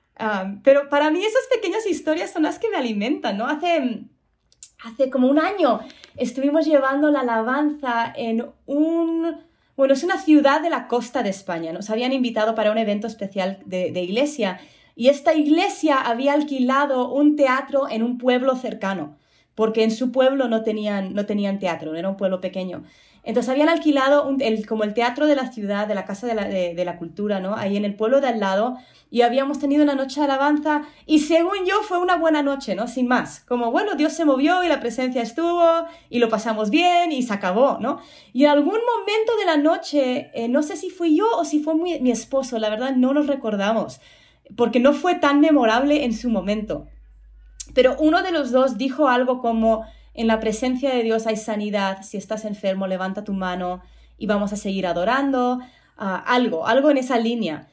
um, pero para mí esas pequeñas historias son las que me alimentan, ¿no? Hace, hace como un año estuvimos llevando la alabanza en un... Bueno, es una ciudad de la costa de España. Nos habían invitado para un evento especial de, de iglesia y esta iglesia había alquilado un teatro en un pueblo cercano porque en su pueblo no tenían, no tenían teatro, era un pueblo pequeño. Entonces habían alquilado un, el, como el teatro de la ciudad, de la Casa de la, de, de la Cultura, ¿no? Ahí en el pueblo de al lado, y habíamos tenido una noche de alabanza y según yo fue una buena noche, ¿no? Sin más. Como, bueno, Dios se movió y la presencia estuvo y lo pasamos bien y se acabó, ¿no? Y en algún momento de la noche, eh, no sé si fui yo o si fue mi, mi esposo, la verdad no nos recordamos, porque no fue tan memorable en su momento. Pero uno de los dos dijo algo como... En la presencia de Dios hay sanidad, si estás enfermo, levanta tu mano y vamos a seguir adorando, uh, algo, algo en esa línea.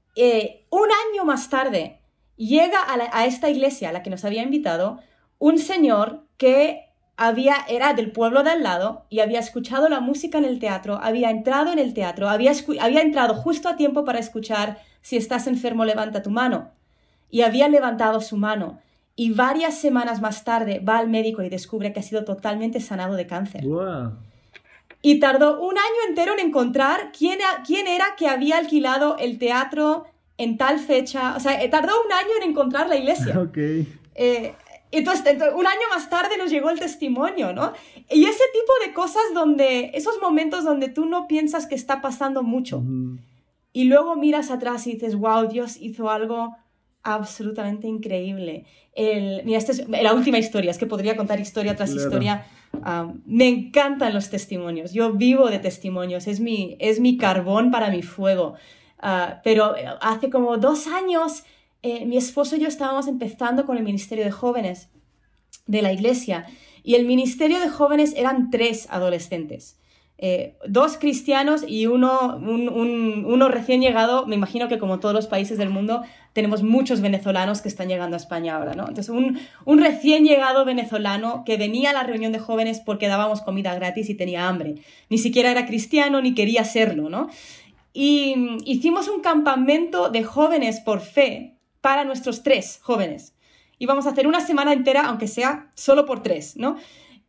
Eh, un año más tarde, llega a, la, a esta iglesia a la que nos había invitado un señor que había, era del pueblo de al lado y había escuchado la música en el teatro, había entrado en el teatro, había, había entrado justo a tiempo para escuchar si estás enfermo, levanta tu mano. Y había levantado su mano. Y varias semanas más tarde va al médico y descubre que ha sido totalmente sanado de cáncer. Wow. Y tardó un año entero en encontrar quién, quién era que había alquilado el teatro en tal fecha. O sea, tardó un año en encontrar la iglesia. Okay. Eh, entonces, entonces, un año más tarde nos llegó el testimonio, ¿no? Y ese tipo de cosas donde, esos momentos donde tú no piensas que está pasando mucho. Uh-huh. Y luego miras atrás y dices, wow, Dios hizo algo... absolutamente increíble. El, mira, esta es la última historia, es que podría contar historia tras claro. historia. Um, me encantan los testimonios, yo vivo de testimonios, es mi, es mi carbón para mi fuego. Uh, pero hace como dos años eh, mi esposo y yo estábamos empezando con el ministerio de jóvenes de la iglesia y el ministerio de jóvenes eran tres adolescentes. Eh, dos cristianos y uno, un, un, uno recién llegado. Me imagino que como todos los países del mundo tenemos muchos venezolanos que están llegando a España ahora, ¿no? Entonces un, un recién llegado venezolano que venía a la reunión de jóvenes porque dábamos comida gratis y tenía hambre, ni siquiera era cristiano ni quería serlo, ¿no? Y hicimos un campamento de jóvenes por fe para nuestros tres jóvenes. Íbamos a hacer una semana entera, aunque sea solo por tres, ¿no?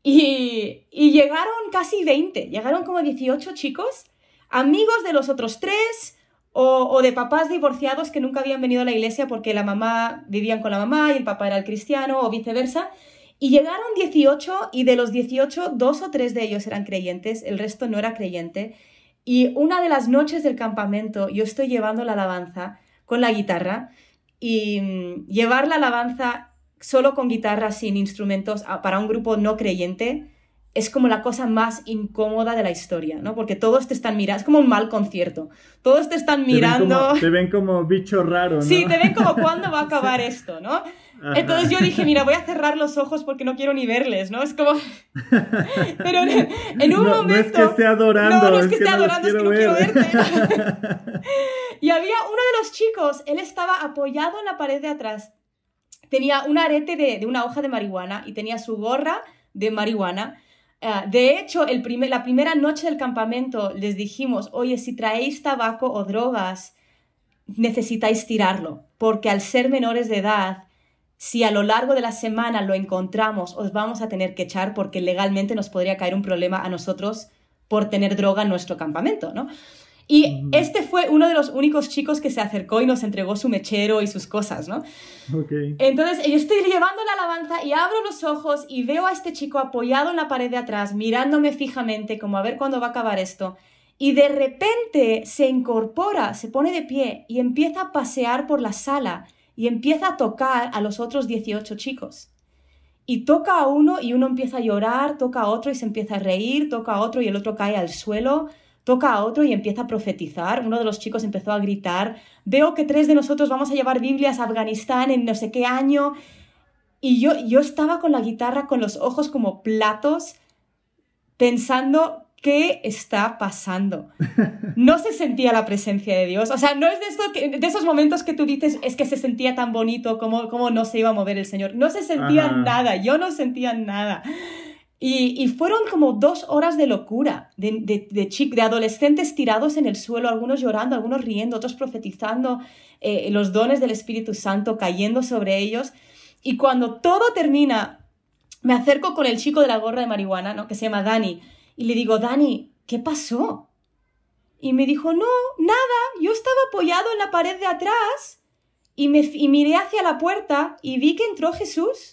Y, y llegaron casi veinte, llegaron como dieciocho chicos, amigos de los otros tres o, o de papás divorciados que nunca habían venido a la iglesia porque la mamá, vivían con la mamá y el papá era el cristiano o viceversa. Y llegaron dieciocho y de los dieciocho, dos o tres de ellos eran creyentes, el resto no era creyente. Y una de las noches del campamento yo estoy llevando la alabanza con la guitarra y mmm, llevar la alabanza solo con guitarra, sin instrumentos, para un grupo no creyente, es como la cosa más incómoda de la historia, ¿no? Porque todos te están mirando, es como un mal concierto. Todos te están mirando... Te ven como, te ven como bicho raro, ¿no? Sí, te ven como cuándo va a acabar sí. esto, ¿no? Ajá. Entonces yo dije, mira, voy a cerrar los ojos porque no quiero ni verles, ¿no? Es como... Pero en, en un no, momento... No es que esté adorando. No, no es que es esté que adorando, es que no ver. quiero verte. Y había uno de los chicos, él estaba apoyado en la pared de atrás. Tenía un arete de, de una hoja de marihuana y tenía su gorra de marihuana. Uh, de hecho, el primer, la primera noche del campamento les dijimos, oye, si traéis tabaco o drogas, necesitáis tirarlo, porque al ser menores de edad si a lo largo de la semana lo encontramos, os vamos a tener que echar porque legalmente nos podría caer un problema a nosotros por tener droga en nuestro campamento, ¿no? Y uh-huh. este fue uno de los únicos chicos que se acercó y nos entregó su mechero y sus cosas, ¿no? Okay. Entonces, yo estoy llevando la alabanza y abro los ojos y veo a este chico apoyado en la pared de atrás, mirándome fijamente, como a ver cuándo va a acabar esto. Y de repente se incorpora, se pone de pie y empieza a pasear por la sala y empieza a tocar a los otros dieciocho chicos. Y toca a uno y uno empieza a llorar, toca a otro y se empieza a reír, toca a otro y el otro cae al suelo, toca a otro y empieza a profetizar. Uno de los chicos empezó a gritar, veo que tres de nosotros vamos a llevar Biblias a Afganistán en no sé qué año. Y yo, yo estaba con la guitarra con los ojos como platos, pensando, ¿qué está pasando? No se sentía la presencia de Dios. O sea, no es de, esto que, de esos momentos que tú dices, es que se sentía tan bonito, como, como no se iba a mover el Señor. No se sentía Ajá. nada, yo no sentía nada. Y, y fueron como dos horas de locura, de, de, de, chic, de adolescentes tirados en el suelo, algunos llorando, algunos riendo, otros profetizando, eh, los dones del Espíritu Santo cayendo sobre ellos. Y cuando todo termina, me acerco con el chico de la gorra de marihuana, ¿no? Que se llama Dani, y le digo, Dani, ¿qué pasó? Y me dijo, no, nada, yo estaba apoyado en la pared de atrás y, me, y miré hacia la puerta y vi que entró Jesús.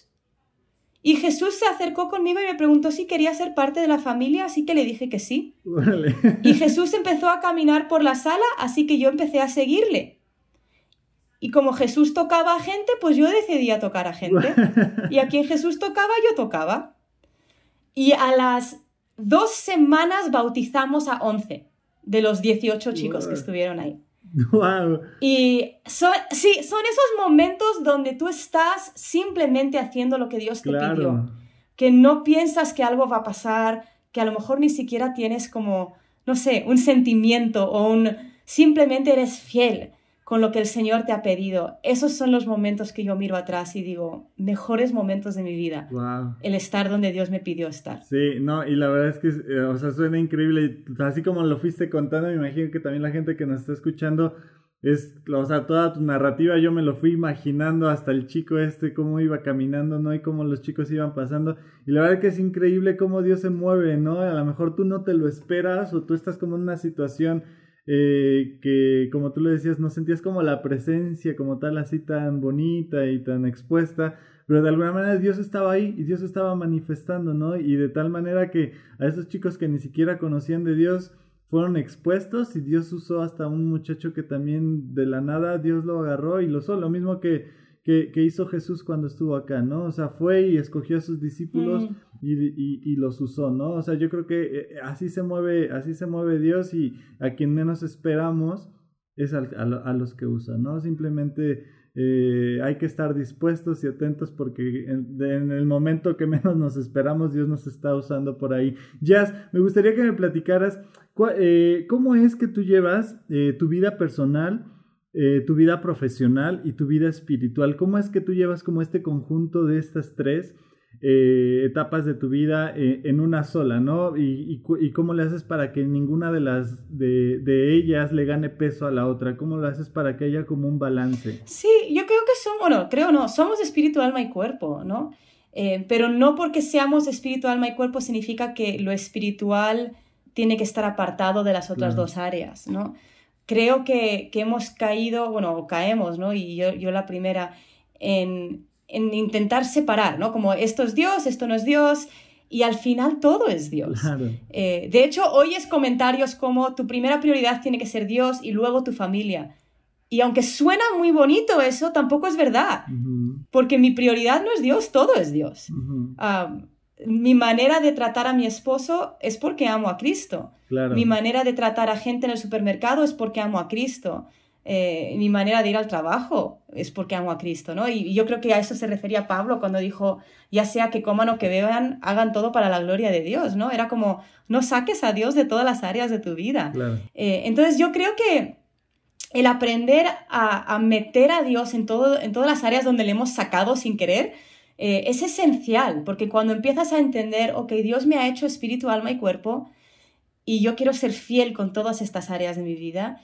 Y Jesús se acercó conmigo y me preguntó si quería ser parte de la familia, así que le dije que sí. Vale. Y Jesús empezó a caminar por la sala, así que yo empecé a seguirle. Y como Jesús tocaba a gente, pues yo decidí a tocar a gente. Y a quien Jesús tocaba, yo tocaba. Y a las dos semanas bautizamos a once de los dieciocho chicos wow. que estuvieron ahí. Wow. Y son, sí, son esos momentos donde tú estás simplemente haciendo lo que Dios te claro. pidió. Que no piensas que algo va a pasar, que a lo mejor ni siquiera tienes como, no sé, un sentimiento o un... Simplemente eres fiel con lo que el Señor te ha pedido. Esos son los momentos que yo miro atrás y digo, mejores momentos de mi vida. Wow. El estar donde Dios me pidió estar. Sí, no, y la verdad es que, eh, o sea, suena increíble. Así como lo fuiste contando, me imagino que también la gente que nos está escuchando, es, o sea, toda tu narrativa yo me lo fui imaginando hasta el chico este, cómo iba caminando, ¿no? Y cómo los chicos iban pasando. Y la verdad es que es increíble cómo Dios se mueve, ¿no? A lo mejor tú no te lo esperas o tú estás como en una situación... Eh, que como tú le decías no sentías como la presencia como tal así tan bonita y tan expuesta, pero de alguna manera Dios estaba ahí y Dios estaba manifestando, ¿no? Y de tal manera que a esos chicos que ni siquiera conocían de Dios fueron expuestos y Dios usó hasta un muchacho que también de la nada Dios lo agarró y lo usó, lo mismo que Que, que hizo Jesús cuando estuvo acá, ¿no? O sea, fue y escogió a sus discípulos mm. y, y, y los usó, ¿no? O sea, yo creo que eh, así se mueve, así se mueve Dios y a quien menos esperamos es a, a, a los que usa, ¿no? Simplemente eh, hay que estar dispuestos y atentos porque en, de, en el momento que menos nos esperamos Dios nos está usando por ahí. Jazz, me gustaría que me platicaras cu- eh, cómo es que tú llevas eh, tu vida personal, Eh, tu vida profesional y tu vida espiritual. ¿Cómo es que tú llevas como este conjunto de estas tres eh, etapas de tu vida eh, en una sola, ¿no? Y, y, y cómo le haces para que ninguna de las de, de ellas le gane peso a la otra. ¿Cómo lo haces para que haya como un balance? Sí, yo creo que somos, bueno, creo no, somos espíritu, alma y cuerpo, ¿no? Eh, pero no porque seamos espíritu, alma y cuerpo significa que lo espiritual tiene que estar apartado de las otras claro. dos áreas, ¿no? Creo que, que hemos caído, bueno, caemos, ¿no? Y yo, yo la primera, en, en intentar separar, ¿no? Como esto es Dios, esto no es Dios, y al final todo es Dios. Claro. Eh, de hecho, oyes comentarios como tu primera prioridad tiene que ser Dios y luego tu familia. Y aunque suena muy bonito eso, tampoco es verdad. Uh-huh. Porque mi prioridad no es Dios, todo es Dios. Uh-huh. Um, mi manera de tratar a mi esposo es porque amo a Cristo. Claro. Mi manera de tratar a gente en el supermercado es porque amo a Cristo. Eh, mi manera de ir al trabajo es porque amo a Cristo, ¿no? Y, y yo creo que a eso se refería Pablo cuando dijo, ya sea que coman o que beban, hagan todo para la gloria de Dios, ¿no? Era como, no saques a Dios de todas las áreas de tu vida. Claro. Eh, entonces yo creo que el aprender a, a meter a Dios en, todo, en todas las áreas donde le hemos sacado sin querer, Eh, es esencial, porque cuando empiezas a entender, ok, Dios me ha hecho espíritu, alma y cuerpo, y yo quiero ser fiel con todas estas áreas de mi vida,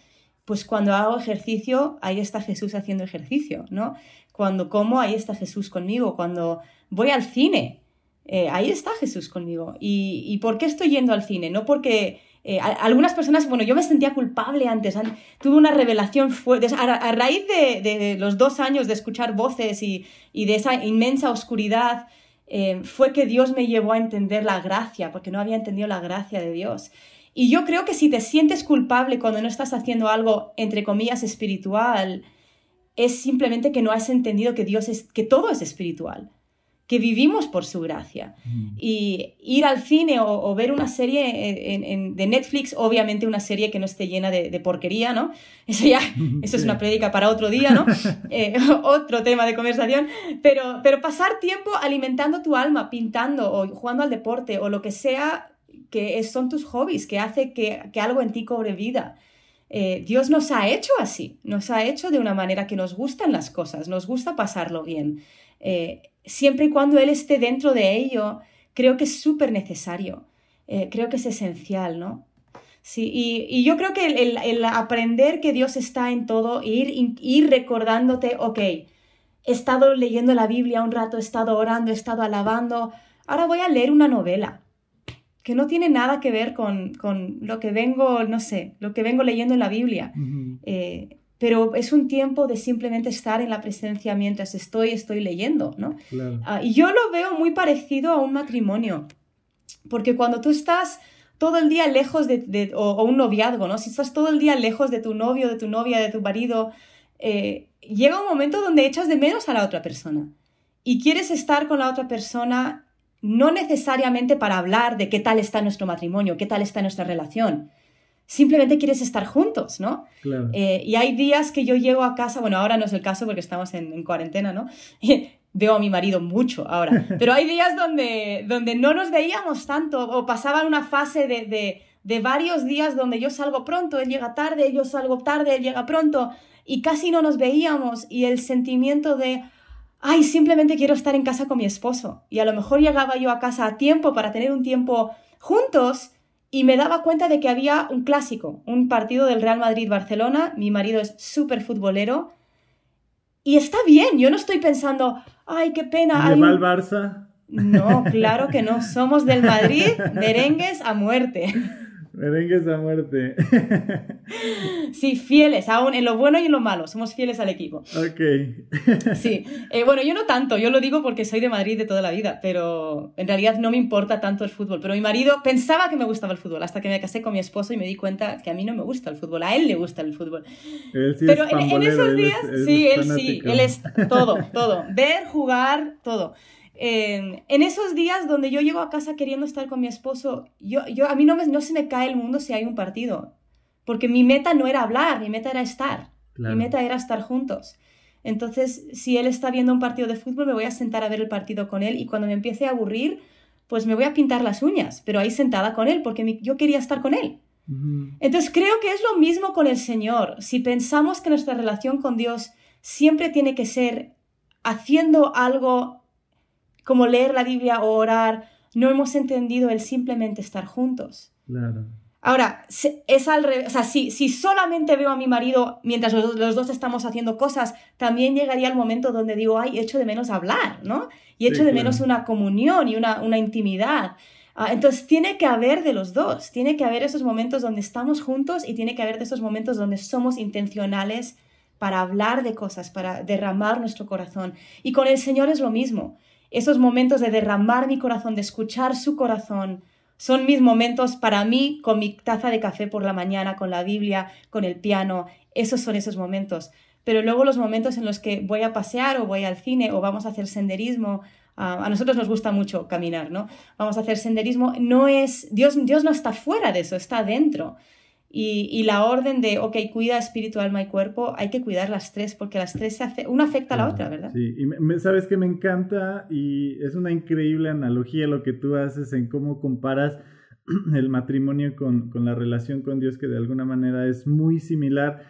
Pues cuando hago ejercicio, ahí está Jesús haciendo ejercicio, ¿no? Cuando como, ahí está Jesús conmigo. Cuando voy al cine, eh, ahí está Jesús conmigo. ¿Y, y por qué estoy yendo al cine? No porque... Eh, a, algunas personas, bueno, yo me sentía culpable antes, an, tuve una revelación fuerte, a, a raíz de, de los dos años de escuchar voces y, y de esa inmensa oscuridad, eh, fue que Dios me llevó a entender la gracia, porque no había entendido la gracia de Dios. Y yo creo que si te sientes culpable cuando no estás haciendo algo, entre comillas, espiritual, es simplemente que no has entendido que Dios es, que todo es espiritual, que vivimos por su gracia. Mm. Y ir al cine o, o ver una serie en, en, de Netflix, obviamente una serie que no esté llena de, de porquería, ¿no? Eso ya, eso es una prédica para otro día, ¿no? Eh, otro tema de conversación. Pero, pero pasar tiempo alimentando tu alma, pintando o jugando al deporte o lo que sea que es, son tus hobbies, que hace que, que algo en ti cobre vida. Eh, Dios nos ha hecho así, nos ha hecho de una manera que nos gustan las cosas, nos gusta pasarlo bien. Eh, siempre y cuando Él esté dentro de ello, creo que es súper necesario, eh, creo que es esencial, ¿no? Sí, y, y yo creo que el, el, el aprender que Dios está en todo, ir, ir recordándote, ok, he estado leyendo la Biblia un rato, he estado orando, he estado alabando, ahora voy a leer una novela que no tiene nada que ver con, con lo que vengo, no sé, lo que vengo leyendo en la Biblia. Uh-huh. Eh, pero es un tiempo de simplemente estar en la presencia mientras estoy, estoy leyendo, ¿no? Claro. Uh, y yo lo veo muy parecido a un matrimonio, porque cuando tú estás todo el día lejos de, de o, o un noviazgo, ¿no? Si estás todo el día lejos de tu novio, de tu novia, de tu marido, eh, llega un momento donde echas de menos a la otra persona y quieres estar con la otra persona no necesariamente para hablar de qué tal está nuestro matrimonio, qué tal está nuestra relación. Simplemente quieres estar juntos, ¿no? Claro. Eh, y hay días que yo llego a casa, bueno, ahora no es el caso porque estamos en, en cuarentena, ¿no? Veo a mi marido mucho ahora, pero hay días donde, donde no nos veíamos tanto o pasaba una fase de, de, de varios días donde yo salgo pronto, él llega tarde, yo salgo tarde, él llega pronto y casi no nos veíamos y el sentimiento de... ay, simplemente quiero estar en casa con mi esposo. Y a lo mejor llegaba yo a casa a tiempo para tener un tiempo juntos y me daba cuenta de que había un clásico, un partido del Real Madrid-Barcelona. Mi marido es súper futbolero y está bien. Yo no estoy pensando, ay, qué pena. ¿Le va al Barça? No, claro que no. Somos del Madrid, merengues a muerte. Merengues a muerte. Sí, fieles, aún en lo bueno y en lo malo, somos fieles al equipo. Ok. Sí, eh, bueno, yo no tanto, yo lo digo porque soy de Madrid de toda la vida, pero en realidad no me importa tanto el fútbol. Pero mi marido pensaba que me gustaba el fútbol hasta que me casé con mi esposo y me di cuenta que a mí no me gusta el fútbol, a él le gusta el fútbol. Él sí pero es en, en esos días, él es, sí, él, él sí, él es todo, todo, ver, jugar, todo. Eh, en esos días donde yo llego a casa queriendo estar con mi esposo, yo, yo, a mí no, me, no se me cae el mundo si hay un partido, porque mi meta no era hablar, mi meta era estar, claro. Mi meta era estar juntos. Entonces, si él está viendo un partido de fútbol, me voy a sentar a ver el partido con él y cuando me empiece a aburrir, pues me voy a pintar las uñas, pero ahí sentada con él, porque mi, yo quería estar con él. Uh-huh. Entonces, creo que es lo mismo con el Señor. Si pensamos que nuestra relación con Dios siempre tiene que ser haciendo algo como leer la Biblia o orar, no hemos entendido el simplemente estar juntos. Claro. Ahora, es al revés, o sea, si, si solamente veo a mi marido mientras los, los dos estamos haciendo cosas, también llegaría el momento donde digo, ay, echo de menos hablar, ¿no? Y echo sí, de claro. menos una comunión y una, una intimidad. Uh, entonces, tiene que haber de los dos, tiene que haber esos momentos donde estamos juntos y tiene que haber de esos momentos donde somos intencionales para hablar de cosas, para derramar nuestro corazón. Y con el Señor es lo mismo. Esos momentos de derramar mi corazón, de escuchar su corazón, son mis momentos para mí con mi taza de café por la mañana, con la Biblia, con el piano. Esos son esos momentos. Pero luego los momentos en los que voy a pasear o voy al cine o vamos a hacer senderismo, uh, a nosotros nos gusta mucho caminar, ¿no? Vamos a hacer senderismo, no es, Dios, Dios no está fuera de eso, está dentro. Y, y la orden de, ok, cuida espíritu, alma y cuerpo, hay que cuidar las tres, porque las tres, se hace, una afecta a la otra, ¿verdad? Sí, y me, sabes que me encanta y es una increíble analogía lo que tú haces en cómo comparas el matrimonio con, con la relación con Dios, que de alguna manera es muy similar.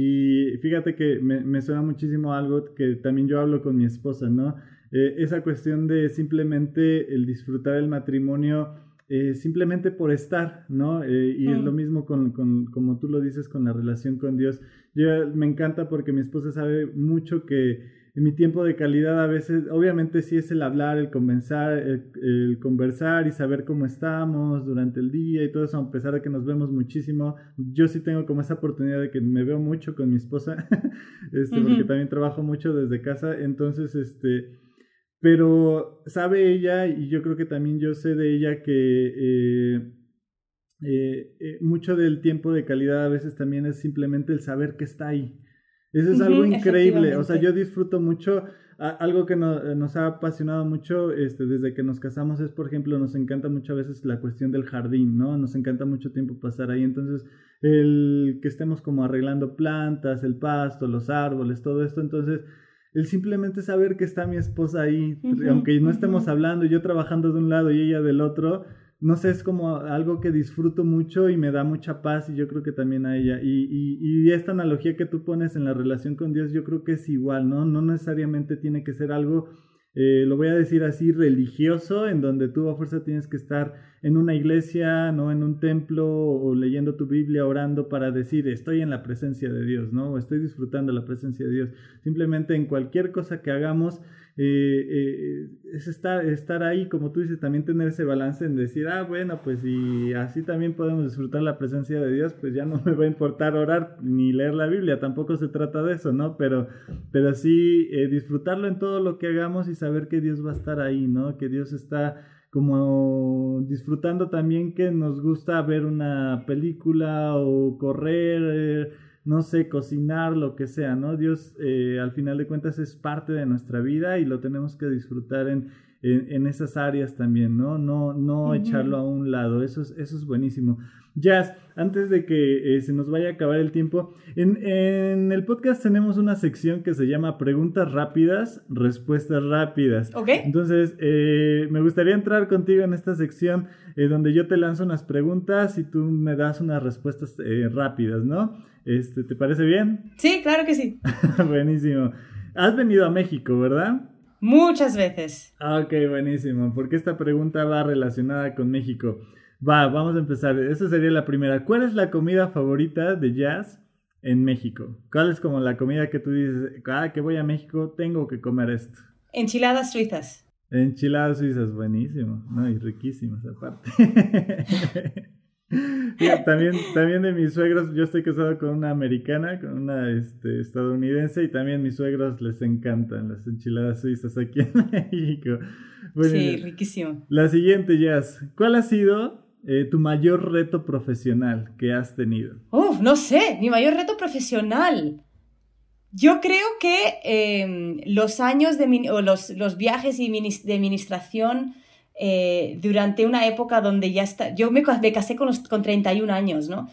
Y fíjate que me, me suena muchísimo algo que también yo hablo con mi esposa, ¿no? Eh, esa cuestión de simplemente el disfrutar el matrimonio eh, simplemente por estar, ¿no? Eh, y mm. es lo mismo con, con, como tú lo dices, con la relación con Dios. Yo me encanta porque mi esposa sabe mucho que en mi tiempo de calidad a veces, obviamente sí es el hablar, el conversar, el, el conversar y saber cómo estamos durante el día y todo eso, a pesar de que nos vemos muchísimo. Yo sí tengo como esa oportunidad de que me veo mucho con mi esposa, este, uh-huh. porque también trabajo mucho desde casa, entonces, este, pero sabe ella, y yo creo que también yo sé de ella que eh, eh, eh, mucho del tiempo de calidad a veces también es simplemente el saber que está ahí. Eso es uh-huh, algo increíble, o sea, yo disfruto mucho, a, algo que no, nos ha apasionado mucho este, desde que nos casamos es, por ejemplo, nos encanta muchas veces la cuestión del jardín, ¿no? Nos encanta mucho tiempo pasar ahí, entonces el que estemos como arreglando plantas, el pasto, los árboles, todo esto, entonces el simplemente saber que está mi esposa ahí, uh-huh, aunque no estemos uh-huh. hablando, yo trabajando de un lado y ella del otro, no sé, es como algo que disfruto mucho y me da mucha paz y yo creo que también a ella. Y, y, y esta analogía que tú pones en la relación con Dios yo creo que es igual, ¿no? No necesariamente tiene que ser algo, eh, lo voy a decir así, religioso, en donde tú a fuerza tienes que estar en una iglesia, ¿no? En un templo o leyendo tu Biblia, orando para decir estoy en la presencia de Dios, ¿no? O estoy disfrutando la presencia de Dios. Simplemente en cualquier cosa que hagamos, Eh, eh, es estar, estar ahí, como tú dices, también tener ese balance en decir, ah, bueno, pues si así también podemos disfrutar la presencia de Dios, pues ya no me va a importar orar ni leer la Biblia, tampoco se trata de eso, ¿no? Pero, pero sí eh, disfrutarlo en todo lo que hagamos y saber que Dios va a estar ahí, ¿no? Que Dios está como disfrutando también que nos gusta ver una película o correr, eh, no sé, cocinar, lo que sea, ¿no? Dios, eh, al final de cuentas, es parte de nuestra vida y lo tenemos que disfrutar en, en, en esas áreas también, ¿no? No, no uh-huh. echarlo a un lado, eso es, eso es buenísimo. Jazz, antes de que eh, se nos vaya a acabar el tiempo, en, en el podcast tenemos una sección que se llama Preguntas Rápidas, Respuestas Rápidas. Ok. Entonces, eh, me gustaría entrar contigo en esta sección eh, donde yo te lanzo unas preguntas y tú me das unas respuestas eh, rápidas, ¿no? Este, ¿te parece bien? Sí, claro que sí. Buenísimo. Has venido a México, ¿verdad? Muchas veces. Ok, buenísimo, porque esta pregunta va relacionada con México. Va, vamos a empezar. Esa sería la primera. ¿Cuál es la comida favorita de Jazz en México? ¿Cuál es como la comida que tú dices, cada que voy a México tengo que comer esto? Enchiladas suizas. Enchiladas suizas, buenísimo. No, y riquísimas aparte. también, también de mis suegros, yo estoy casado con una americana, con una este, estadounidense, y también mis suegros les encantan las enchiladas suizas aquí en México. Bueno, sí, riquísimo. La siguiente, Jazz. ¿Cuál ha sido eh, tu mayor reto profesional que has tenido? Uf, no sé, mi mayor reto profesional. Yo creo que eh, los años de min- o los, los viajes y minis- de administración eh, durante una época donde ya está... Yo me, me casé con, los, con treinta y un años, ¿no?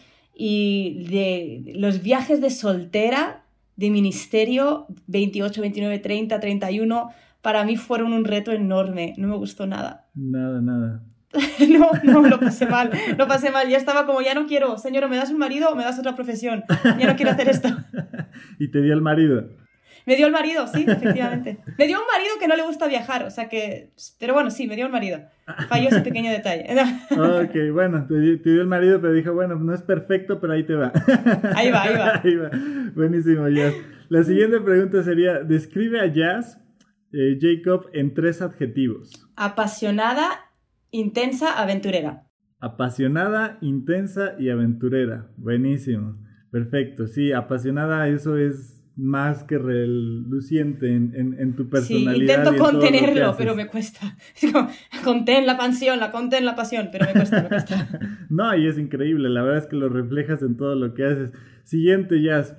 Y de, los viajes de soltera, de ministerio, veintiocho, veintinueve, treinta, treinta y uno, para mí fueron un reto enorme. No me gustó nada. Nada, nada. no, no, lo pasé mal, lo pasé mal. Ya estaba como, ya no quiero, señora, ¿me das un marido o me das otra profesión? Ya no quiero hacer esto. ¿Y te dio el marido? Me dio el marido, sí, efectivamente. Me dio un marido que no le gusta viajar, o sea que... Pero bueno, sí, me dio el marido. Falló ese pequeño detalle. Ok, bueno, te, te dio el marido, pero dijo, bueno, no es perfecto, pero ahí te va. Ahí va, ahí va. Ahí va. Buenísimo, Jazz. La siguiente pregunta sería, describe a Jazz, eh, Jacob, en tres adjetivos. Apasionada, intensa, aventurera. Apasionada, intensa y aventurera. Buenísimo. Perfecto. Sí, apasionada, eso es más que reluciente en, en, en tu personalidad. Sí, intento contenerlo, pero me cuesta. Contén la pasión, la contén la pasión, pero me cuesta, me cuesta. No, y es increíble. La verdad es que lo reflejas en todo lo que haces. Siguiente, Jazz.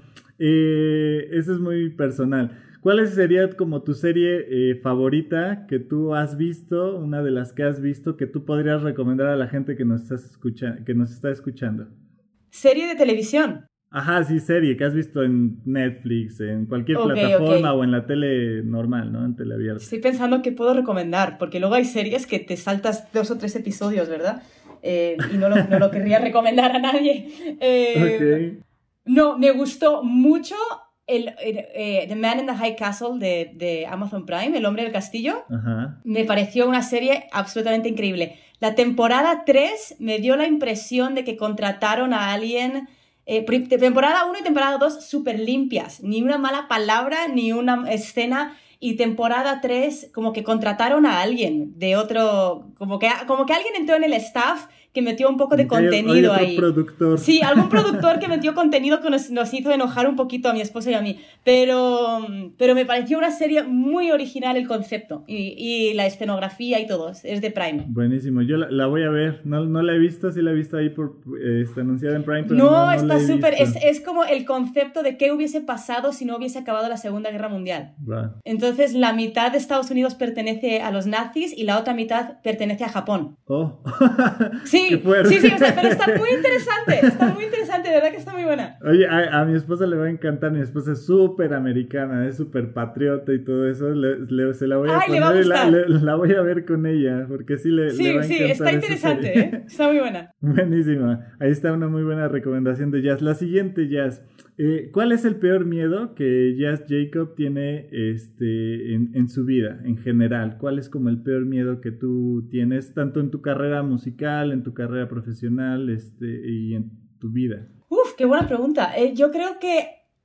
Eh, eso es muy personal. ¿Cuál sería como tu serie eh, favorita que tú has visto, una de las que has visto, que tú podrías recomendar a la gente que nos, estás escucha- que nos está escuchando? ¿Serie de televisión? Ajá, sí, serie que has visto en Netflix, en cualquier okay, plataforma okay. o en la tele normal, ¿no? En tele abierta. Estoy pensando qué puedo recomendar, porque luego hay series que te saltas dos o tres episodios, ¿verdad? Eh, y no lo, no lo querría recomendar a nadie. Eh, okay. No, me gustó mucho el, el eh, The Man in the High Castle de, de Amazon Prime, El Hombre del Castillo. Ajá. Me pareció una serie absolutamente increíble. La temporada tres me dio la impresión de que contrataron a alguien... Eh, temporada uno y temporada dos súper limpias, ni una mala palabra, ni una escena... Y temporada tres como que contrataron a alguien de otro... Como que, como que alguien entró en el staff que metió un poco de Hay- hay contenido otro ahí. productor. Sí, algún productor que metió contenido que nos, nos hizo enojar un poquito a mi esposo y a mí. Pero, pero me pareció una serie muy original el concepto. Y, y la escenografía y todo. Es de Prime. Buenísimo, yo la, la voy a ver, no, no la he visto, sí la he visto ahí por eh, está anunciada en Prime, pero No, no, no está la he súper... Es, visto. es como el concepto de qué hubiese pasado si no hubiese acabado la Segunda Guerra Mundial. Va. Entonces, la mitad de Estados Unidos pertenece a los nazis y la otra mitad pertenece a Japón. Oh, Sí, qué fuerte. sí, sí, o sea, pero está muy interesante, está muy interesante, de verdad que está muy buena. Oye, a, a mi esposa le va a encantar, mi esposa es súper americana, es súper patriota y todo eso, le, le- se la voy a Ay, le poner va a y la, gustar. le- la voy a ver con ella, porque sí le, Sí, le va a sí, encantar está esa interesante, serie. ¿eh? Está muy buena. Buenísima, ahí está una muy buena recomendación de Jazz. La siguiente, Jazz, eh, ¿cuál es el peor miedo que Jazz Jacob tiene este, en, en su vida, en general? ¿Cuál es como el peor miedo que tú tienes, tanto en tu carrera musical, en tu carrera profesional este, y en tu vida? Uf, qué buena pregunta. Eh, yo creo que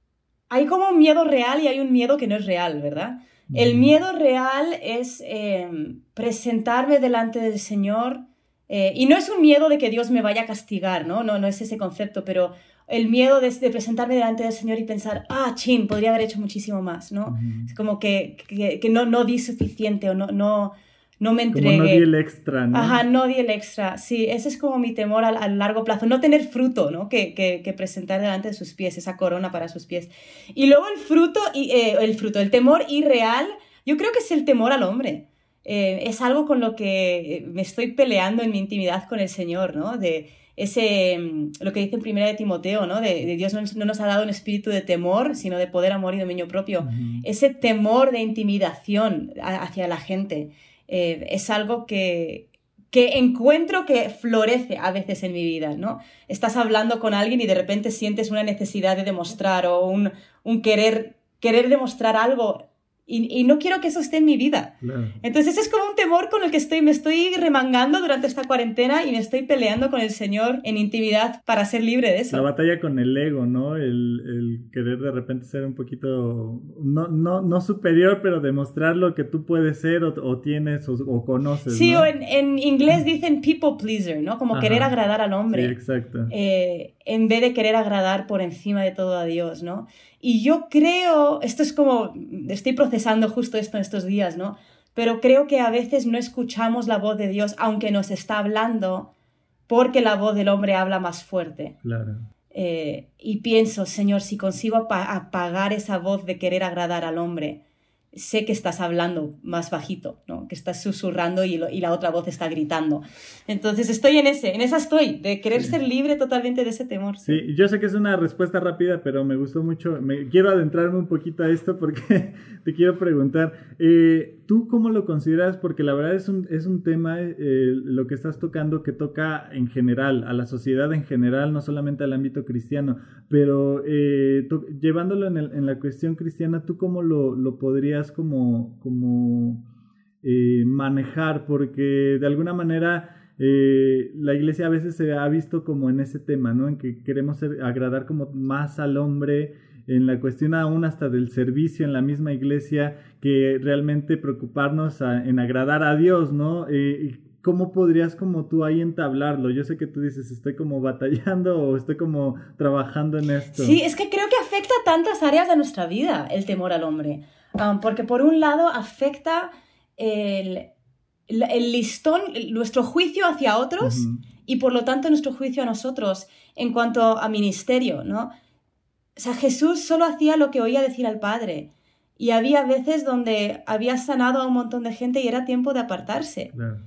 hay como un miedo real y hay un miedo que no es real, ¿verdad? El miedo real es eh, presentarme delante del Señor eh, y no es un miedo de que Dios me vaya a castigar, ¿no? No, no es ese concepto, pero el miedo de, de presentarme delante del Señor y pensar, ah, chin, podría haber hecho muchísimo más, ¿no? Uh-huh. Es como que, que, que no, no di suficiente o no, no, no me Como entregué. no di el extra, ¿no? Ajá, no di el extra. Sí, ese es como mi temor a, a largo plazo. No tener fruto, ¿no? Que, que, que presentar delante de sus pies, esa corona para sus pies. Y luego el fruto, y, eh, el fruto, el temor irreal, yo creo que es el temor al hombre. Eh, es algo con lo que me estoy peleando en mi intimidad con el Señor, ¿no? De ese, lo que dice en primera de Timoteo, ¿no? De, de Dios no, no nos ha dado un espíritu de temor, sino de poder, amor y dominio propio. Uh-huh. Ese temor de intimidación hacia la gente. Eh, es algo que, que encuentro que florece a veces en mi vida, ¿no? Estás hablando con alguien y de repente sientes una necesidad de demostrar o un, un querer, querer demostrar algo y, y no quiero que eso esté en mi vida. Claro. Entonces ese es como un temor con el que estoy, me estoy remangando durante esta cuarentena y me estoy peleando con el Señor en intimidad para ser libre de eso. La batalla con el ego, ¿no? El, el querer de repente ser un poquito, no, no, no superior, pero demostrar lo que tú puedes ser o, o tienes o, o conoces, Sí, ¿no? o en, en inglés dicen people pleaser, ¿no? Como Ajá. querer agradar al hombre. Sí, exacto. Eh, en vez de querer agradar por encima de todo a Dios, ¿no? Y yo creo, esto es como, estoy procesando justo esto en estos días, ¿no? Pero creo que a veces no escuchamos la voz de Dios, aunque nos está hablando, porque la voz del hombre habla más fuerte. Claro. Eh, y pienso, Señor, si consigo ap- apagar esa voz de querer agradar al hombre, sé que estás hablando más bajito, ¿no? Que estás susurrando y, lo, y la otra voz está gritando. Entonces estoy en ese, en esa estoy, de querer Sí. ser libre totalmente de ese temor. Sí, yo sé que es una respuesta rápida, pero me gustó mucho. Me quiero adentrarme un poquito a esto porque te quiero preguntar, eh, ¿tú cómo lo consideras? Porque la verdad es un, es un tema, eh, lo que estás tocando, que toca en general, a la sociedad en general, no solamente al ámbito cristiano, pero eh, to- llevándolo en, el, en la cuestión cristiana, ¿tú cómo lo, lo podrías como, como eh, manejar? Porque de alguna manera... Eh, la iglesia a veces se ha visto como en ese tema, ¿no? En que queremos ser, agradar como más al hombre, en la cuestión aún hasta del servicio en la misma iglesia, que realmente preocuparnos a, en agradar a Dios, ¿no? Eh, ¿Cómo podrías como tú ahí entablarlo? Yo sé que tú dices, estoy como batallando o estoy como trabajando en esto. Sí, es que creo que afecta a tantas áreas de nuestra vida el temor al hombre. Um, porque por un lado afecta el... el listón, nuestro juicio hacia otros uh-huh. y por lo tanto nuestro juicio a nosotros en cuanto a ministerio, ¿no? O sea, Jesús solo hacía lo que oía decir al Padre y había veces donde había sanado a un montón de gente y era tiempo de apartarse. Claro.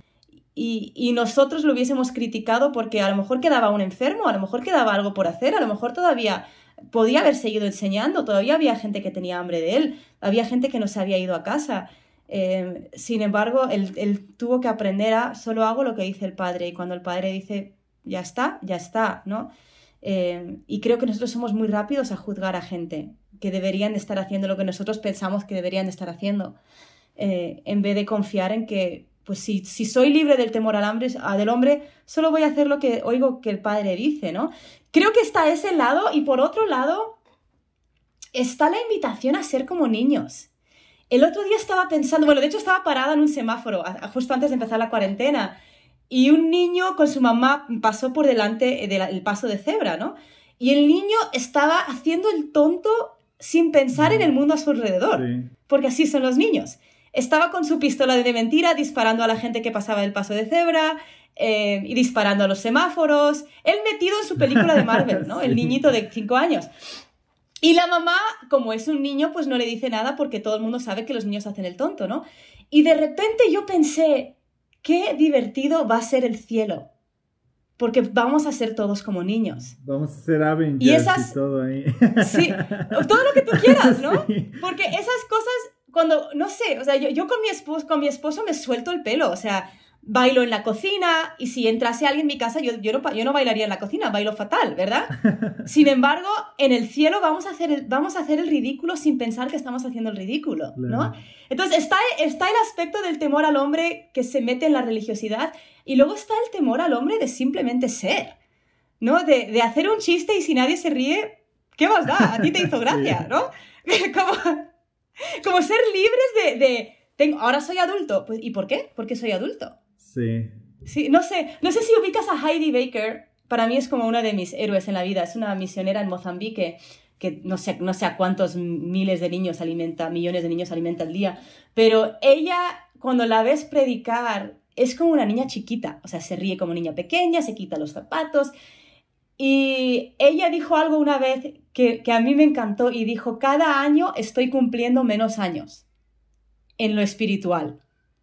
Y, y nosotros lo hubiésemos criticado porque a lo mejor quedaba un enfermo, a lo mejor quedaba algo por hacer, a lo mejor todavía podía haber seguido enseñando, todavía había gente que tenía hambre de él, había gente que no se había ido a casa. Eh, sin embargo, él, él tuvo que aprender a solo hago lo que dice el Padre y cuando el Padre dice ya está, ya está, ¿no? Eh, y creo que nosotros somos muy rápidos a juzgar a gente que deberían de estar haciendo lo que nosotros pensamos que deberían de estar haciendo eh, en vez de confiar en que pues si, si soy libre del temor al hambre, del hombre, solo voy a hacer lo que oigo que el Padre dice, ¿no? Creo que está ese lado, y por otro lado está la invitación a ser como niños. El otro día estaba pensando, bueno, de hecho estaba parada en un semáforo justo antes de empezar la cuarentena, y un niño con su mamá pasó por delante del paso de cebra, ¿no? Y el niño estaba haciendo el tonto sin pensar en el mundo a su alrededor, sí. Porque así son los niños. Estaba con su pistola de mentira disparando a la gente que pasaba el paso de cebra, eh, y disparando a los semáforos, él metido en su película de Marvel, ¿no? Sí. El niñito de cinco años. Y la mamá, como es un niño, pues no le dice nada porque todo el mundo sabe que los niños hacen el tonto, ¿no? Y de repente yo pensé, qué divertido va a ser el cielo, porque vamos a ser todos como niños. Vamos a ser Avengers y, esas... y todo ahí. Sí, todo lo que tú quieras, ¿no? Sí. Porque esas cosas, cuando, no sé, o sea, yo, yo con, mi esposo, con mi esposo me suelto el pelo, o sea, bailo en la cocina, y si entrase alguien en mi casa, yo, yo, no, yo no bailaría en la cocina, bailo fatal, ¿verdad? Sin embargo, en el cielo vamos a hacer el, vamos a hacer el ridículo sin pensar que estamos haciendo el ridículo, ¿no? Entonces, está, está el aspecto del temor al hombre que se mete en la religiosidad, y luego está el temor al hombre de simplemente ser, ¿no? De, de hacer un chiste y si nadie se ríe, ¿qué más da? A ti te hizo gracia, sí. ¿No? Como, como ser libres de... de tengo, ahora soy adulto, pues, ¿y por qué? ¿Por qué soy adulto? Sí. Sí, no sé, no sé si ubicas a Heidi Baker. Para mí es como una de mis héroes en la vida. Es una misionera en Mozambique que no sé, no sé a cuántos miles de niños alimenta, millones de niños alimenta al día. Pero ella, cuando la ves predicar, es como una niña chiquita. O sea, se ríe como niña pequeña, se quita los zapatos. Y ella dijo algo una vez que, que a mí me encantó y dijo, cada año estoy cumpliendo menos años en lo espiritual.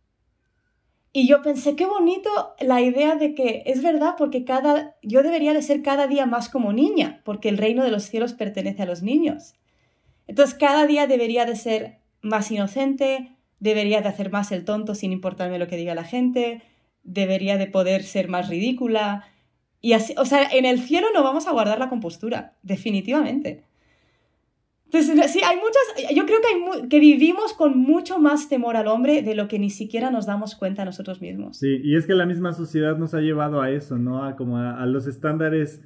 Y yo pensé, qué bonito la idea de que es verdad, porque cada, yo debería de ser cada día más como niña, porque el reino de los cielos pertenece a los niños. Entonces, cada día debería de ser más inocente, debería de hacer más el tonto sin importarme lo que diga la gente, debería de poder ser más ridícula. Y así, o sea, en el cielo no vamos a guardar la compostura, definitivamente. Entonces, sí, hay muchas, yo creo que, hay, que vivimos con mucho más temor al hombre de lo que ni siquiera nos damos cuenta nosotros mismos. Sí, y es que la misma sociedad nos ha llevado a eso, ¿no? A como a, a los estándares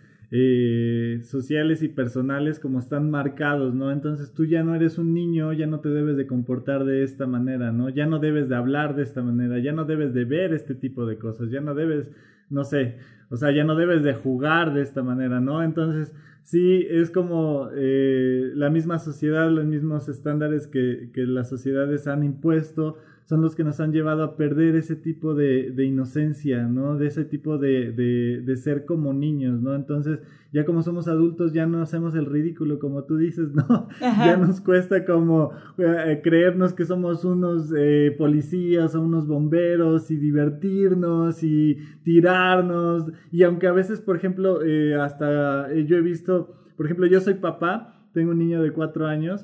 eh, sociales y personales como están marcados, ¿no? Entonces tú ya no eres un niño, ya no te debes de comportar de esta manera, ¿no? Ya no debes de hablar de esta manera, ya no debes de ver este tipo de cosas, ya no debes, no sé, o sea, ya no debes de jugar de esta manera, ¿no? Entonces... Sí, es como eh, la misma sociedad, los mismos estándares que, que las sociedades han impuesto son los que nos han llevado a perder ese tipo de, de inocencia, ¿no? De ese tipo de, de, de ser como niños, ¿no? Entonces, ya como somos adultos, ya no hacemos el ridículo, como tú dices, ¿no? Ajá. Ya nos cuesta como eh, creernos que somos unos eh, policías o unos bomberos y divertirnos y tirarnos. Y aunque a veces, por ejemplo, eh, hasta eh, yo he visto, por ejemplo, yo soy papá, tengo un niño de cuatro años.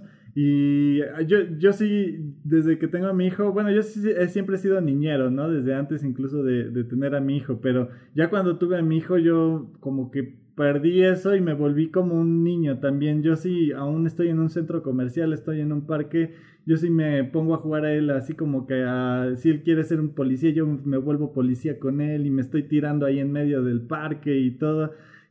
Y yo, yo sí, desde que tengo a mi hijo, bueno, yo sí he siempre he sido niñero, ¿no? Desde antes incluso de, de tener a mi hijo, pero ya cuando tuve a mi hijo yo como que perdí eso y me volví como un niño también. Yo sí, aún estoy en un centro comercial, estoy en un parque, yo sí me pongo a jugar a él así como que a, si él quiere ser un policía, yo me vuelvo policía con él y me estoy tirando ahí en medio del parque y todo.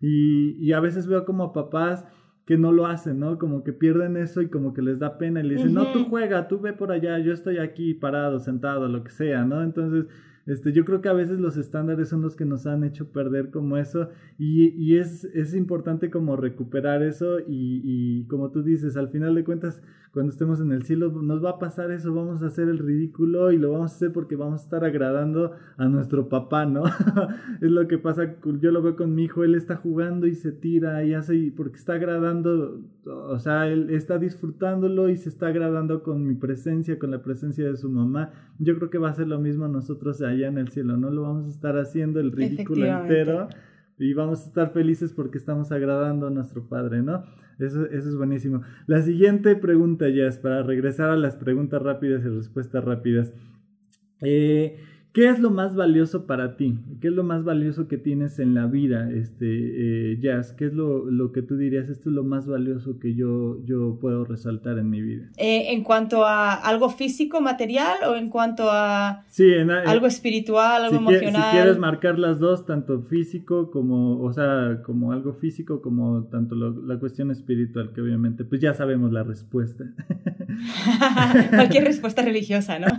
Y, y a veces veo como papás que no lo hacen, ¿no? Como que pierden eso y como que les da pena y le dicen, uh-huh. No, tú juega, tú ve por allá, yo estoy aquí parado, sentado, lo que sea, ¿no? Entonces, este, yo creo que a veces los estándares son los que nos han hecho perder como eso y, y es, es importante como recuperar eso y, y como tú dices, al final de cuentas, cuando estemos en el cielo nos va a pasar eso, vamos a hacer el ridículo y lo vamos a hacer porque vamos a estar agradando a nuestro papá, ¿no? Es lo que pasa, yo lo veo con mi hijo, él está jugando y se tira y hace, porque está agradando, o sea, él está disfrutándolo y se está agradando con mi presencia, con la presencia de su mamá. Yo creo que va a ser lo mismo nosotros allá en el cielo, ¿no? Lo vamos a estar haciendo el ridículo entero y vamos a estar felices porque estamos agradando a nuestro Padre, ¿no? Eso, eso es buenísimo. La siguiente pregunta ya es para regresar a las preguntas rápidas y respuestas rápidas. Eh, ¿qué es lo más valioso para ti? ¿Qué es lo más valioso que tienes en la vida, este, eh, Jazz? ¿Qué es lo, lo que tú dirías, esto es lo más valioso que yo, yo puedo resaltar en mi vida? Eh, ¿En cuanto a algo físico, material, o en cuanto a sí, en, eh, algo espiritual, algo si emocional? Que, si quieres marcar las dos, tanto físico como, o sea, como algo físico como tanto lo, la cuestión espiritual, que obviamente, pues ya sabemos la respuesta. Cualquier respuesta religiosa, ¿no?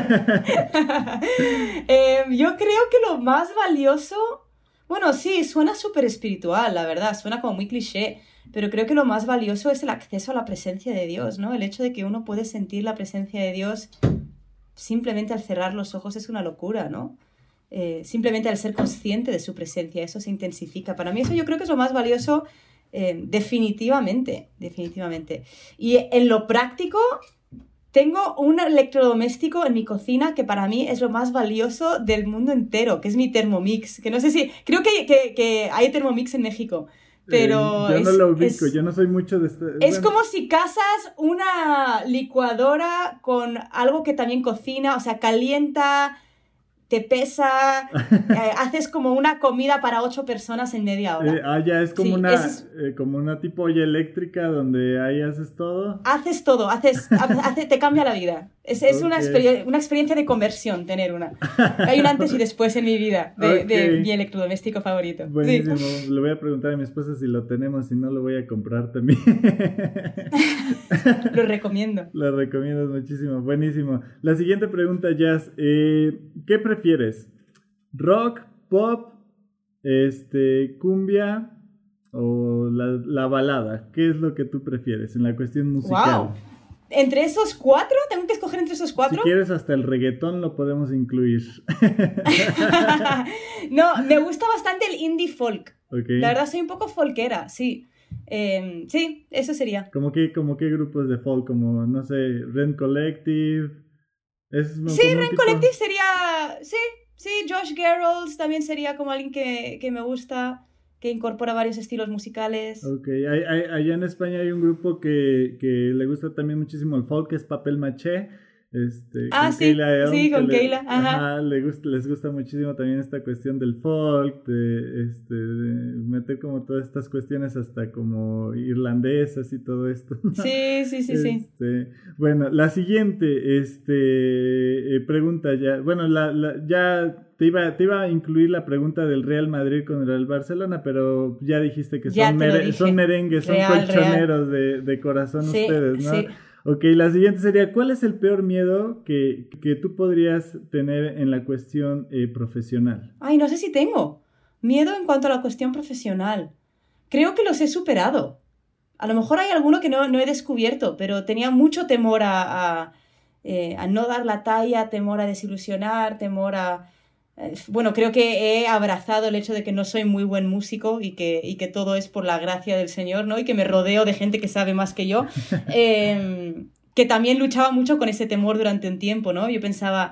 eh, yo creo que lo más valioso, bueno, sí, suena súper espiritual, la verdad, suena como muy cliché, pero creo que lo más valioso es el acceso a la presencia de Dios, ¿no? El hecho de que uno puede sentir la presencia de Dios simplemente al cerrar los ojos es una locura, ¿no? Eh, simplemente al ser consciente de su presencia, eso se intensifica. Para mí eso yo creo que es lo más valioso, eh, definitivamente, definitivamente. Y en lo práctico, tengo un electrodoméstico en mi cocina que para mí es lo más valioso del mundo entero, que es mi Thermomix, que no sé si, creo que, que, que hay Thermomix en México, pero... Eh, yo es, no lo ubico, es, yo no soy mucho de... Este, es bueno. como si casas una licuadora con algo que también cocina, o sea, calienta, te pesa, eh, haces como una comida para ocho personas en media hora. Eh, ah, ya, es como, Sí, una, es, eh, como una tipo olla eléctrica donde ahí haces todo. Haces todo, haces, hace, te cambia la vida. Es, es okay. una, exper- una experiencia de conversión tener una. Hay un antes y después en mi vida de, okay. de mi electrodoméstico favorito. Buenísimo, sí. Le voy a preguntar a mi esposa si lo tenemos, si no lo voy a comprar también. Lo recomiendo. Lo recomiendas muchísimo, buenísimo. La siguiente pregunta, Jazz, eh, ¿qué prefieres? ¿Rock, pop, este, cumbia o la, la balada? ¿Qué es lo que tú prefieres en la cuestión musical? Wow. ¿Entre esos cuatro? ¿Tengo que escoger entre esos cuatro? Si quieres, hasta el reggaetón lo podemos incluir. No, me gusta bastante el indie folk. Okay. La verdad, soy un poco folkera, sí. Eh, sí, eso sería. ¿Cómo qué, como qué grupos de folk? Como, no sé, Rent Collective. ¿Es sí, Rent tipo... Collective sería... Sí, sí, Josh Garrels también sería como alguien que, que me gusta, que incorpora varios estilos musicales. Ok, hay, hay, allá en España hay un grupo que, que le gusta también muchísimo el folk, que es Papel Maché. Este, ah, con sí, Keila Eon, sí, con le, Keila, ajá. ajá le gusta, les gusta muchísimo también esta cuestión del folk, de, este, de meter como todas estas cuestiones hasta como irlandesas y todo esto. Sí, sí, sí, este, sí. Bueno, la siguiente este, eh, pregunta ya, bueno, la, la, ya te iba, te iba a incluir la pregunta del Real Madrid con el Real Barcelona, pero ya dijiste que son, mere, son merengues, real, son colchoneros de, de corazón sí, ustedes, ¿no? Sí. Ok, la siguiente sería, ¿cuál es el peor miedo que, que tú podrías tener en la cuestión eh, profesional? Ay, no sé si tengo miedo en cuanto a la cuestión profesional. Creo que los he superado. A lo mejor hay alguno que no, no he descubierto, pero tenía mucho temor a, a, eh, a no dar la talla, temor a desilusionar, temor a... Bueno, creo que he abrazado el hecho de que no soy muy buen músico y que, y que todo es por la gracia del Señor, ¿no? Y que me rodeo de gente que sabe más que yo, eh, que también luchaba mucho con ese temor durante un tiempo, ¿no? Yo pensaba,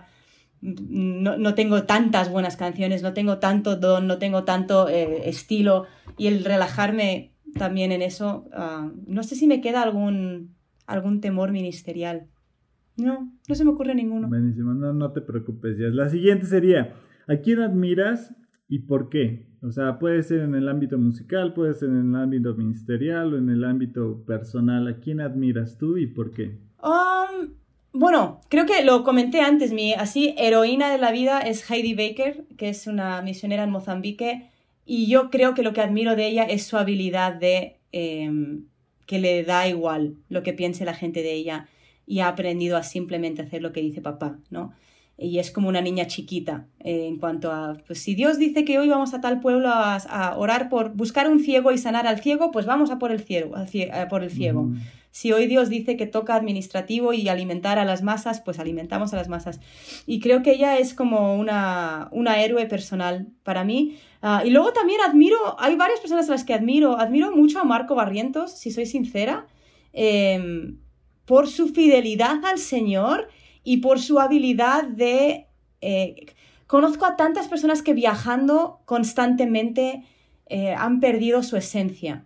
no, no tengo tantas buenas canciones, no tengo tanto don, no tengo tanto eh, estilo, y el relajarme también en eso, uh, no sé si me queda algún, algún temor ministerial. No, no se me ocurre ninguno. Buenísimo, no, no te preocupes, ya. La siguiente sería, ¿a quién admiras y por qué? O sea, puede ser en el ámbito musical, puede ser en el ámbito ministerial o en el ámbito personal. ¿A quién admiras tú y por qué? Um, bueno, creo que lo comenté antes. Mi así heroína de la vida es Heidi Baker, que es una misionera en Mozambique. Y yo creo que lo que admiro de ella es su habilidad de eh, que le da igual lo que piense la gente de ella. Y ha aprendido a simplemente hacer lo que dice papá, ¿no? Y es como una niña chiquita eh, en cuanto a, pues si Dios dice que hoy vamos a tal pueblo a, a orar por buscar un ciego y sanar al ciego, pues vamos a por el ciego. A, a por el ciego. Mm. Si hoy Dios dice que toca administrativo y alimentar a las masas, pues alimentamos a las masas. Y creo que ella es como una, una héroe personal para mí. Uh, y luego también admiro, hay varias personas a las que admiro. Admiro mucho a Marco Barrientos, si soy sincera, eh, por su fidelidad al Señor y por su habilidad de... Eh, conozco a tantas personas que viajando constantemente eh, han perdido su esencia.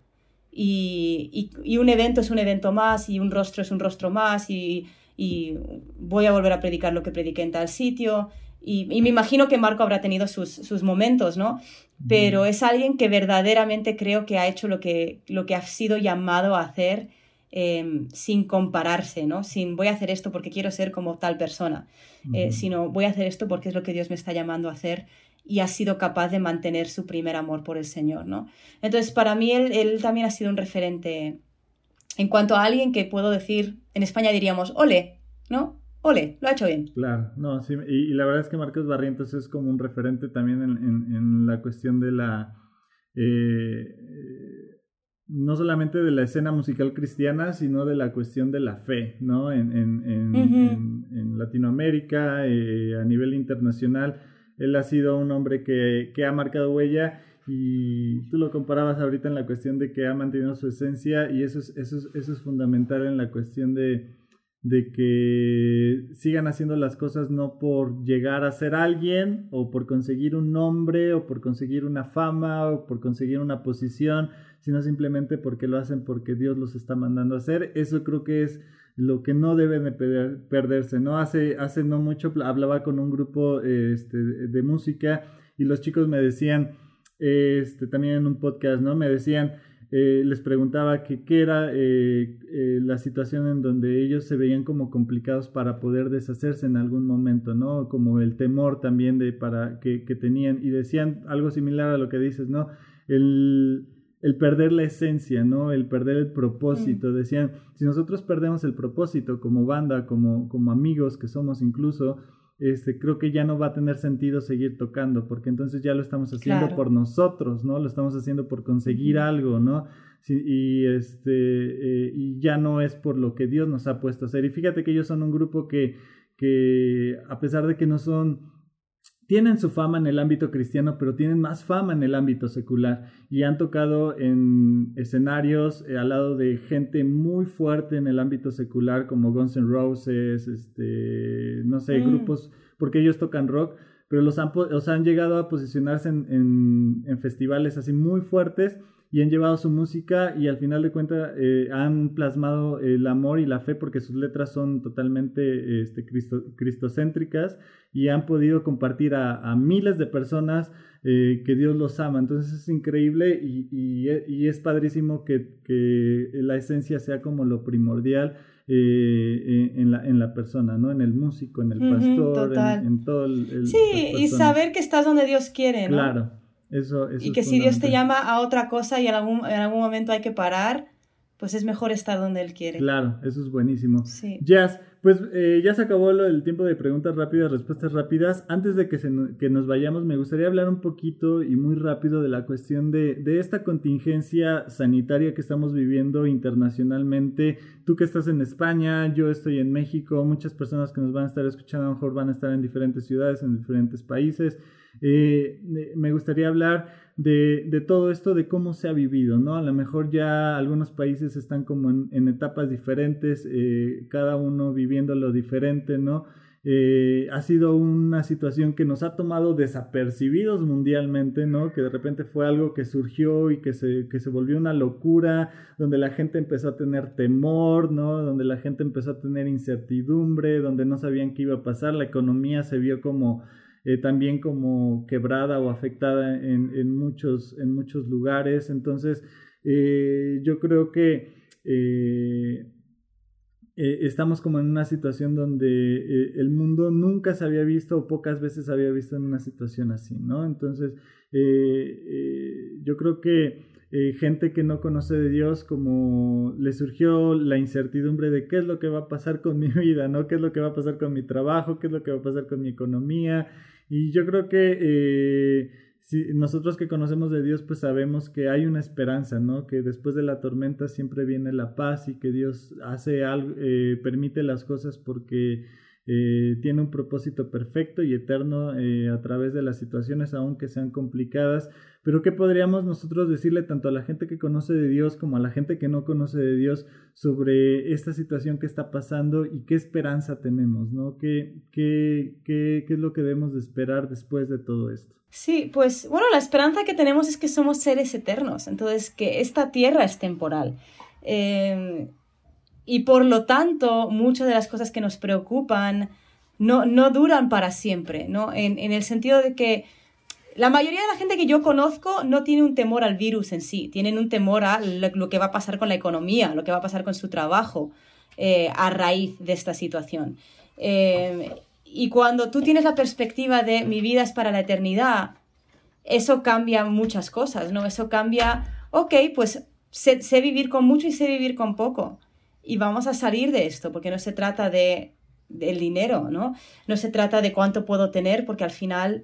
Y, y, y un evento es un evento más, y un rostro es un rostro más, y, y voy a volver a predicar lo que prediqué en tal sitio. y, y me imagino que Marco habrá tenido sus, sus momentos, ¿no? Pero es alguien que verdaderamente creo que ha hecho lo que, lo que ha sido llamado a hacer eh, sin compararse, ¿no? Sin voy a hacer esto porque quiero ser como tal persona, eh, uh-huh. sino voy a hacer esto porque es lo que Dios me está llamando a hacer, y ha sido capaz de mantener su primer amor por el Señor, ¿no? Entonces, para mí, él, él también ha sido un referente en cuanto a alguien que puedo decir, en España diríamos, ole, ¿no? Ole, lo ha hecho bien. Claro, no, sí, y, y la verdad es que Marcos Barrientos es como un referente también en, en, en la cuestión de la, eh, no solamente de la escena musical cristiana, sino de la cuestión de la fe, ¿no? En, en, en, uh-huh. en, en Latinoamérica, eh, a nivel internacional, él ha sido un hombre que, que ha marcado huella, y tú lo comparabas ahorita en la cuestión de que ha mantenido su esencia, y eso es, eso es, eso es fundamental en la cuestión de de que sigan haciendo las cosas no por llegar a ser alguien o por conseguir un nombre o por conseguir una fama o por conseguir una posición, sino simplemente porque lo hacen porque Dios los está mandando a hacer. Eso creo que es lo que no debe de perder, perderse, ¿no? Hace, hace no mucho hablaba con un grupo este, de música, y los chicos me decían, este, también en un podcast, ¿no? Me decían, Eh, les preguntaba que qué era eh, eh, la situación en donde ellos se veían como complicados para poder deshacerse en algún momento, ¿no? Como el temor también de para que, que tenían, y decían algo similar a lo que dices, ¿no? El, el perder la esencia, ¿no? El perder el propósito. Mm. Decían, si nosotros perdemos el propósito como banda, como, como amigos que somos incluso, Este, creo que ya no va a tener sentido seguir tocando, porque entonces ya lo estamos haciendo claro. por nosotros, ¿no? Lo estamos haciendo por conseguir uh-huh. algo, ¿no? Sí, y, este, eh, y ya no es por lo que Dios nos ha puesto a hacer. Y fíjate que ellos son un grupo que, que a pesar de que no son, tienen su fama en el ámbito cristiano, pero tienen más fama en el ámbito secular, y han tocado en escenarios eh, al lado de gente muy fuerte en el ámbito secular, como Guns N' Roses, este, no sé, mm. grupos, porque ellos tocan rock, pero los han, los han llegado a posicionarse en, en, en festivales así muy fuertes, y han llevado su música, y al final de cuentas eh, han plasmado el amor y la fe, porque sus letras son totalmente este, cristo, cristocéntricas, y han podido compartir a, a miles de personas eh, que Dios los ama. Entonces es increíble, y, y, y es padrísimo que, que la esencia sea como lo primordial eh, en, la, en la persona, ¿no? En el músico, en el pastor, uh-huh, en, en todo el... el sí, y saber que estás donde Dios quiere, ¿no? Claro. Eso, eso y que si Dios te llama a otra cosa y en algún, en algún momento hay que parar, pues es mejor estar donde Él quiere. Claro, eso es buenísimo. Sí. Jazz, pues eh, ya se acabó lo, el tiempo de preguntas rápidas, respuestas rápidas. Antes de que, se, que nos vayamos, me gustaría hablar un poquito y muy rápido de la cuestión de, de esta contingencia sanitaria que estamos viviendo internacionalmente. Tú que estás en España, yo estoy en México, muchas personas que nos van a estar escuchando a lo mejor van a estar en diferentes ciudades, en diferentes países. Eh, me gustaría hablar de, de todo esto, de cómo se ha vivido, ¿no? A lo mejor ya algunos países están como en, en etapas diferentes, eh, cada uno viviéndolo diferente, ¿no? Eh, ha sido una situación que nos ha tomado desapercibidos mundialmente, ¿no? Que de repente fue algo que surgió y que se, que se volvió una locura, donde la gente empezó a tener temor, ¿no? Donde la gente empezó a tener incertidumbre, donde no sabían qué iba a pasar, la economía se vio como... Eh, también como quebrada o afectada en, en, muchos, en muchos lugares. Entonces eh, yo creo que eh, eh, estamos como en una situación donde eh, el mundo nunca se había visto o pocas veces se había visto en una situación así, ¿no? Entonces eh, eh, yo creo que eh, gente que no conoce de Dios, como le surgió la incertidumbre de qué es lo que va a pasar con mi vida, ¿no? ¿Qué es lo que va a pasar con mi trabajo? ¿Qué es lo que va a pasar con mi economía? Y yo creo que eh, si nosotros que conocemos de Dios, pues sabemos que hay una esperanza, ¿no? Que después de la tormenta siempre viene la paz, y que Dios hace algo, eh, permite las cosas porque eh, tiene un propósito perfecto y eterno eh, a través de las situaciones, aunque sean complicadas. Pero ¿qué podríamos nosotros decirle tanto a la gente que conoce de Dios como a la gente que no conoce de Dios sobre esta situación que está pasando y qué esperanza tenemos, ¿no? ¿Qué, qué, qué, qué es lo que debemos de esperar después de todo esto? Sí, pues bueno, la esperanza que tenemos es que somos seres eternos, entonces que esta tierra es temporal. Eh, y por lo tanto, muchas de las cosas que nos preocupan no, no duran para siempre, ¿no? En, en el sentido de que la mayoría de la gente que yo conozco no tiene un temor al virus en sí, tienen un temor a lo, lo que va a pasar con la economía, lo que va a pasar con su trabajo eh, a raíz de esta situación. Eh, y cuando tú tienes la perspectiva de mi vida es para la eternidad, eso cambia muchas cosas, ¿no? Eso cambia, ok, pues sé, sé vivir con mucho y sé vivir con poco. Y vamos a salir de esto, porque no se trata de, del dinero, ¿no? No se trata de cuánto puedo tener, porque al final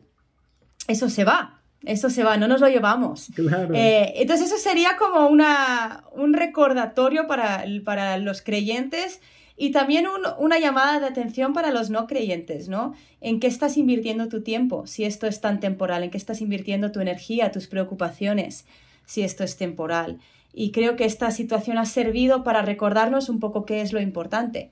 eso se va, eso se va, no nos lo llevamos. Claro. Eh, entonces eso sería como una, un recordatorio para, para los creyentes y también un, una llamada de atención para los no creyentes, ¿no? ¿En qué estás invirtiendo tu tiempo? Si esto es tan temporal, ¿en qué estás invirtiendo tu energía, tus preocupaciones? Si esto es temporal. Y creo que esta situación ha servido para recordarnos un poco qué es lo importante.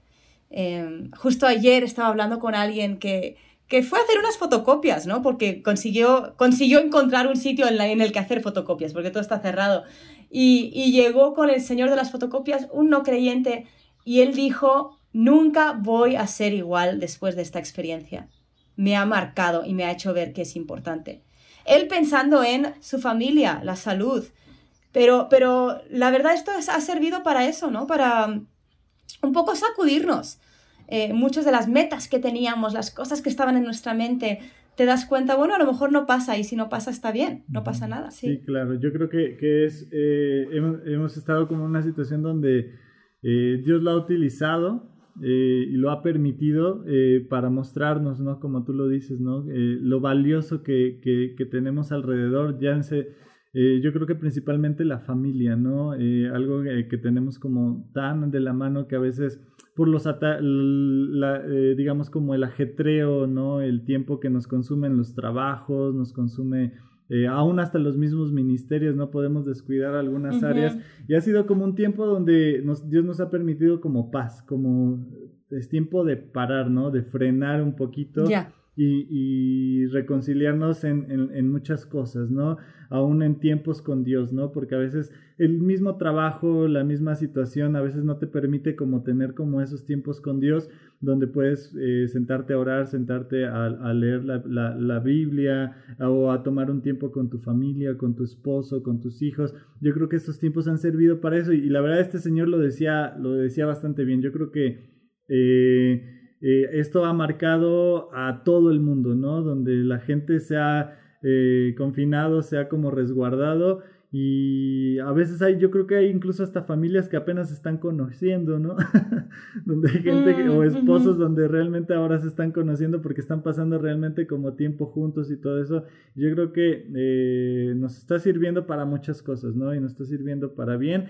Eh, justo ayer estaba hablando con alguien que, que fue a hacer unas fotocopias, ¿no? Porque consiguió, consiguió encontrar un sitio en, la, en el que hacer fotocopias, porque todo está cerrado. Y, y llegó con el señor de las fotocopias, un no creyente, y él dijo, nunca voy a ser igual después de esta experiencia. Me ha marcado y me ha hecho ver que es importante. Él pensando en su familia, la salud. Pero, pero la verdad esto es, ha servido para eso, ¿no? Para un poco sacudirnos. Eh, muchas de las metas que teníamos, las cosas que estaban en nuestra mente, te das cuenta, bueno, a lo mejor no pasa, y si no pasa está bien, no pasa nada. Sí, sí, claro. Yo creo que, que es, eh, hemos, hemos estado como en una situación donde eh, Dios lo ha utilizado eh, y lo ha permitido eh, para mostrarnos, ¿no? Como tú lo dices, ¿no? Eh, lo valioso que, que, que tenemos alrededor, ya en ese... Eh, yo creo que principalmente la familia, ¿no? Eh, algo que, que tenemos como tan de la mano que a veces por los, ata- la, eh, digamos como el ajetreo, ¿no? El tiempo que nos consumen los trabajos, nos consume eh, aún hasta los mismos ministerios, no podemos descuidar algunas uh-huh. áreas. Y ha sido como un tiempo donde nos, Dios nos ha permitido como paz, como es tiempo de parar, ¿no? De frenar un poquito. Yeah. Y, y reconciliarnos en, en, en muchas cosas, ¿no? Aún en tiempos con Dios, ¿no? Porque a veces el mismo trabajo, la misma situación, a veces no te permite como tener como esos tiempos con Dios donde puedes eh, sentarte a orar, sentarte a, a leer la, la, la Biblia o a tomar un tiempo con tu familia, con tu esposo, con tus hijos. Yo creo que estos tiempos han servido para eso y, y la verdad este señor lo decía, lo decía bastante bien. Yo creo que... Eh, Eh, esto ha marcado a todo el mundo, ¿no? Donde la gente se ha eh, confinado, se ha como resguardado y a veces hay, yo creo que hay incluso hasta familias que apenas se están conociendo, ¿no? Donde hay gente que, o esposos uh-huh. donde realmente ahora se están conociendo porque están pasando realmente como tiempo juntos y todo eso. Yo creo que eh, nos está sirviendo para muchas cosas, ¿no? Y nos está sirviendo para bien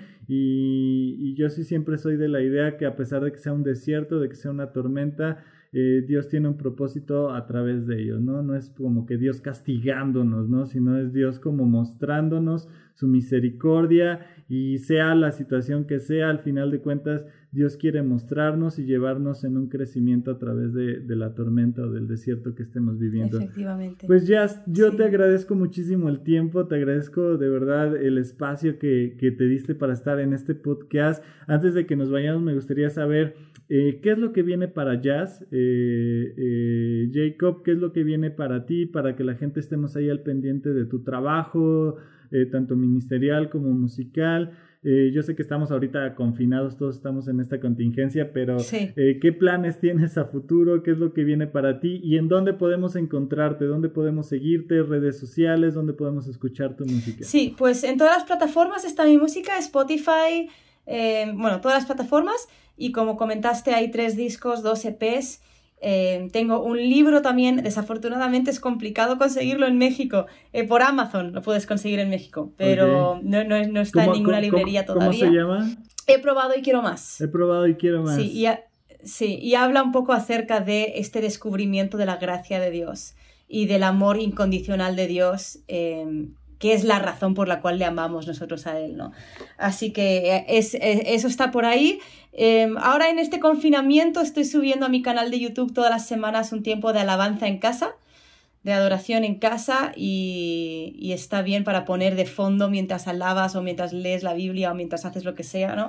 y, y yo sí siempre soy de la idea que a pesar de que sea un desierto, de que sea una tormenta, eh, Dios tiene un propósito a través de ellos, ¿no? No es como que Dios castigándonos, ¿no? Sino es Dios como mostrándonos su misericordia y sea la situación que sea, al final de cuentas Dios quiere mostrarnos y llevarnos en un crecimiento a través de, de la tormenta o del desierto que estemos viviendo. Efectivamente. Pues Jazz, yo sí. te agradezco muchísimo el tiempo, te agradezco de verdad el espacio que, que te diste para estar en este podcast. Antes de que nos vayamos me gustaría saber eh, qué es lo que viene para Jazz, eh, eh, Jacob, qué es lo que viene para ti, para que la gente estemos ahí al pendiente de tu trabajo, Eh, tanto ministerial como musical. Eh, yo sé que estamos ahorita confinados, todos estamos en esta contingencia, pero sí. eh, ¿qué planes tienes a futuro? ¿Qué es lo que viene para ti? ¿Y en dónde podemos encontrarte? ¿Dónde podemos seguirte? ¿Redes sociales? ¿Dónde podemos escuchar tu música? Sí, pues en todas las plataformas está mi música, Spotify, eh, bueno, todas las plataformas, y como comentaste hay tres discos, dos E Pes. Eh, tengo un libro también, desafortunadamente es complicado conseguirlo en México, eh, por Amazon lo puedes conseguir en México, pero okay. no, no, no está en ninguna ¿cómo, librería ¿cómo, todavía. ¿Cómo se llama? He probado y quiero más. He probado y quiero más. Sí, y, a, sí, y habla un poco acerca de este descubrimiento de la gracia de Dios y del amor incondicional de Dios, eh, que es la razón por la cual le amamos nosotros a Él, ¿no? Así que es, es, eso está por ahí. Eh, ahora en este confinamiento estoy subiendo a mi canal de YouTube todas las semanas un tiempo de alabanza en casa, de adoración en casa, y, y está bien para poner de fondo mientras alabas o mientras lees la Biblia o mientras haces lo que sea, ¿no?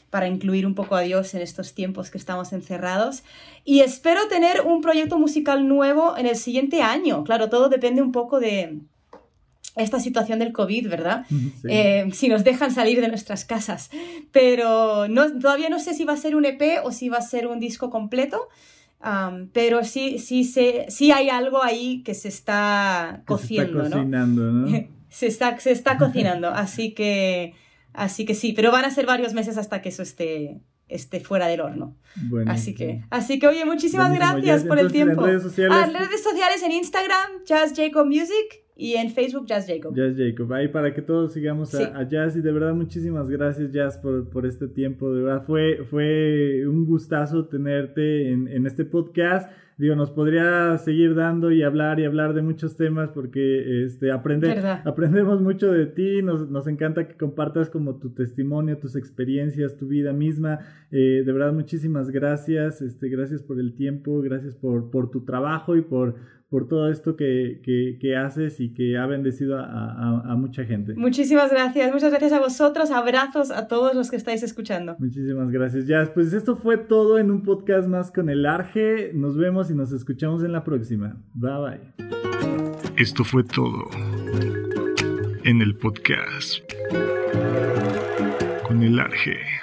para incluir un poco a Dios en estos tiempos que estamos encerrados. Y espero tener un proyecto musical nuevo en el siguiente año. Claro, todo depende un poco de esta situación del COVID, ¿verdad? Sí. Eh, si nos dejan salir de nuestras casas. Pero no, todavía no sé si va a ser un E P o si va a ser un disco completo. Um, pero sí, sí, sé, sí hay algo ahí que se está que cociendo, se está cocinando, ¿no? ¿no? se, está, se está cocinando, así que, así que sí, pero van a ser varios meses hasta que eso esté, esté fuera del horno. Buenísimo. Así que, así que, oye, muchísimas Buenísimo. gracias Jazz, por el tiempo. En redes sociales, ah, en redes sociales, en Instagram, Jazz Jacob Music. Y en Facebook, Jazz Jacob. Jazz Jacob, ahí para que todos sigamos a, sí. a Jazz. Y de verdad, muchísimas gracias, Jazz, por, por este tiempo. De verdad, fue, fue un gustazo tenerte en, en este podcast. Digo, nos podría seguir dando y hablar y hablar de muchos temas porque este, aprende, aprendemos mucho de ti. Nos, nos encanta que compartas como tu testimonio, tus experiencias, tu vida misma. Eh, de verdad, muchísimas gracias. Este, gracias por el tiempo, gracias por, por tu trabajo y por... por todo esto que, que, que haces y que ha bendecido a, a, a mucha gente. Muchísimas gracias, muchas gracias a vosotros, abrazos a todos los que estáis escuchando. Muchísimas gracias, Jazz. Pues esto fue todo en un podcast más con el Arge. Nos vemos y nos escuchamos en la próxima. Bye bye. Esto fue todo en el podcast con el Arge.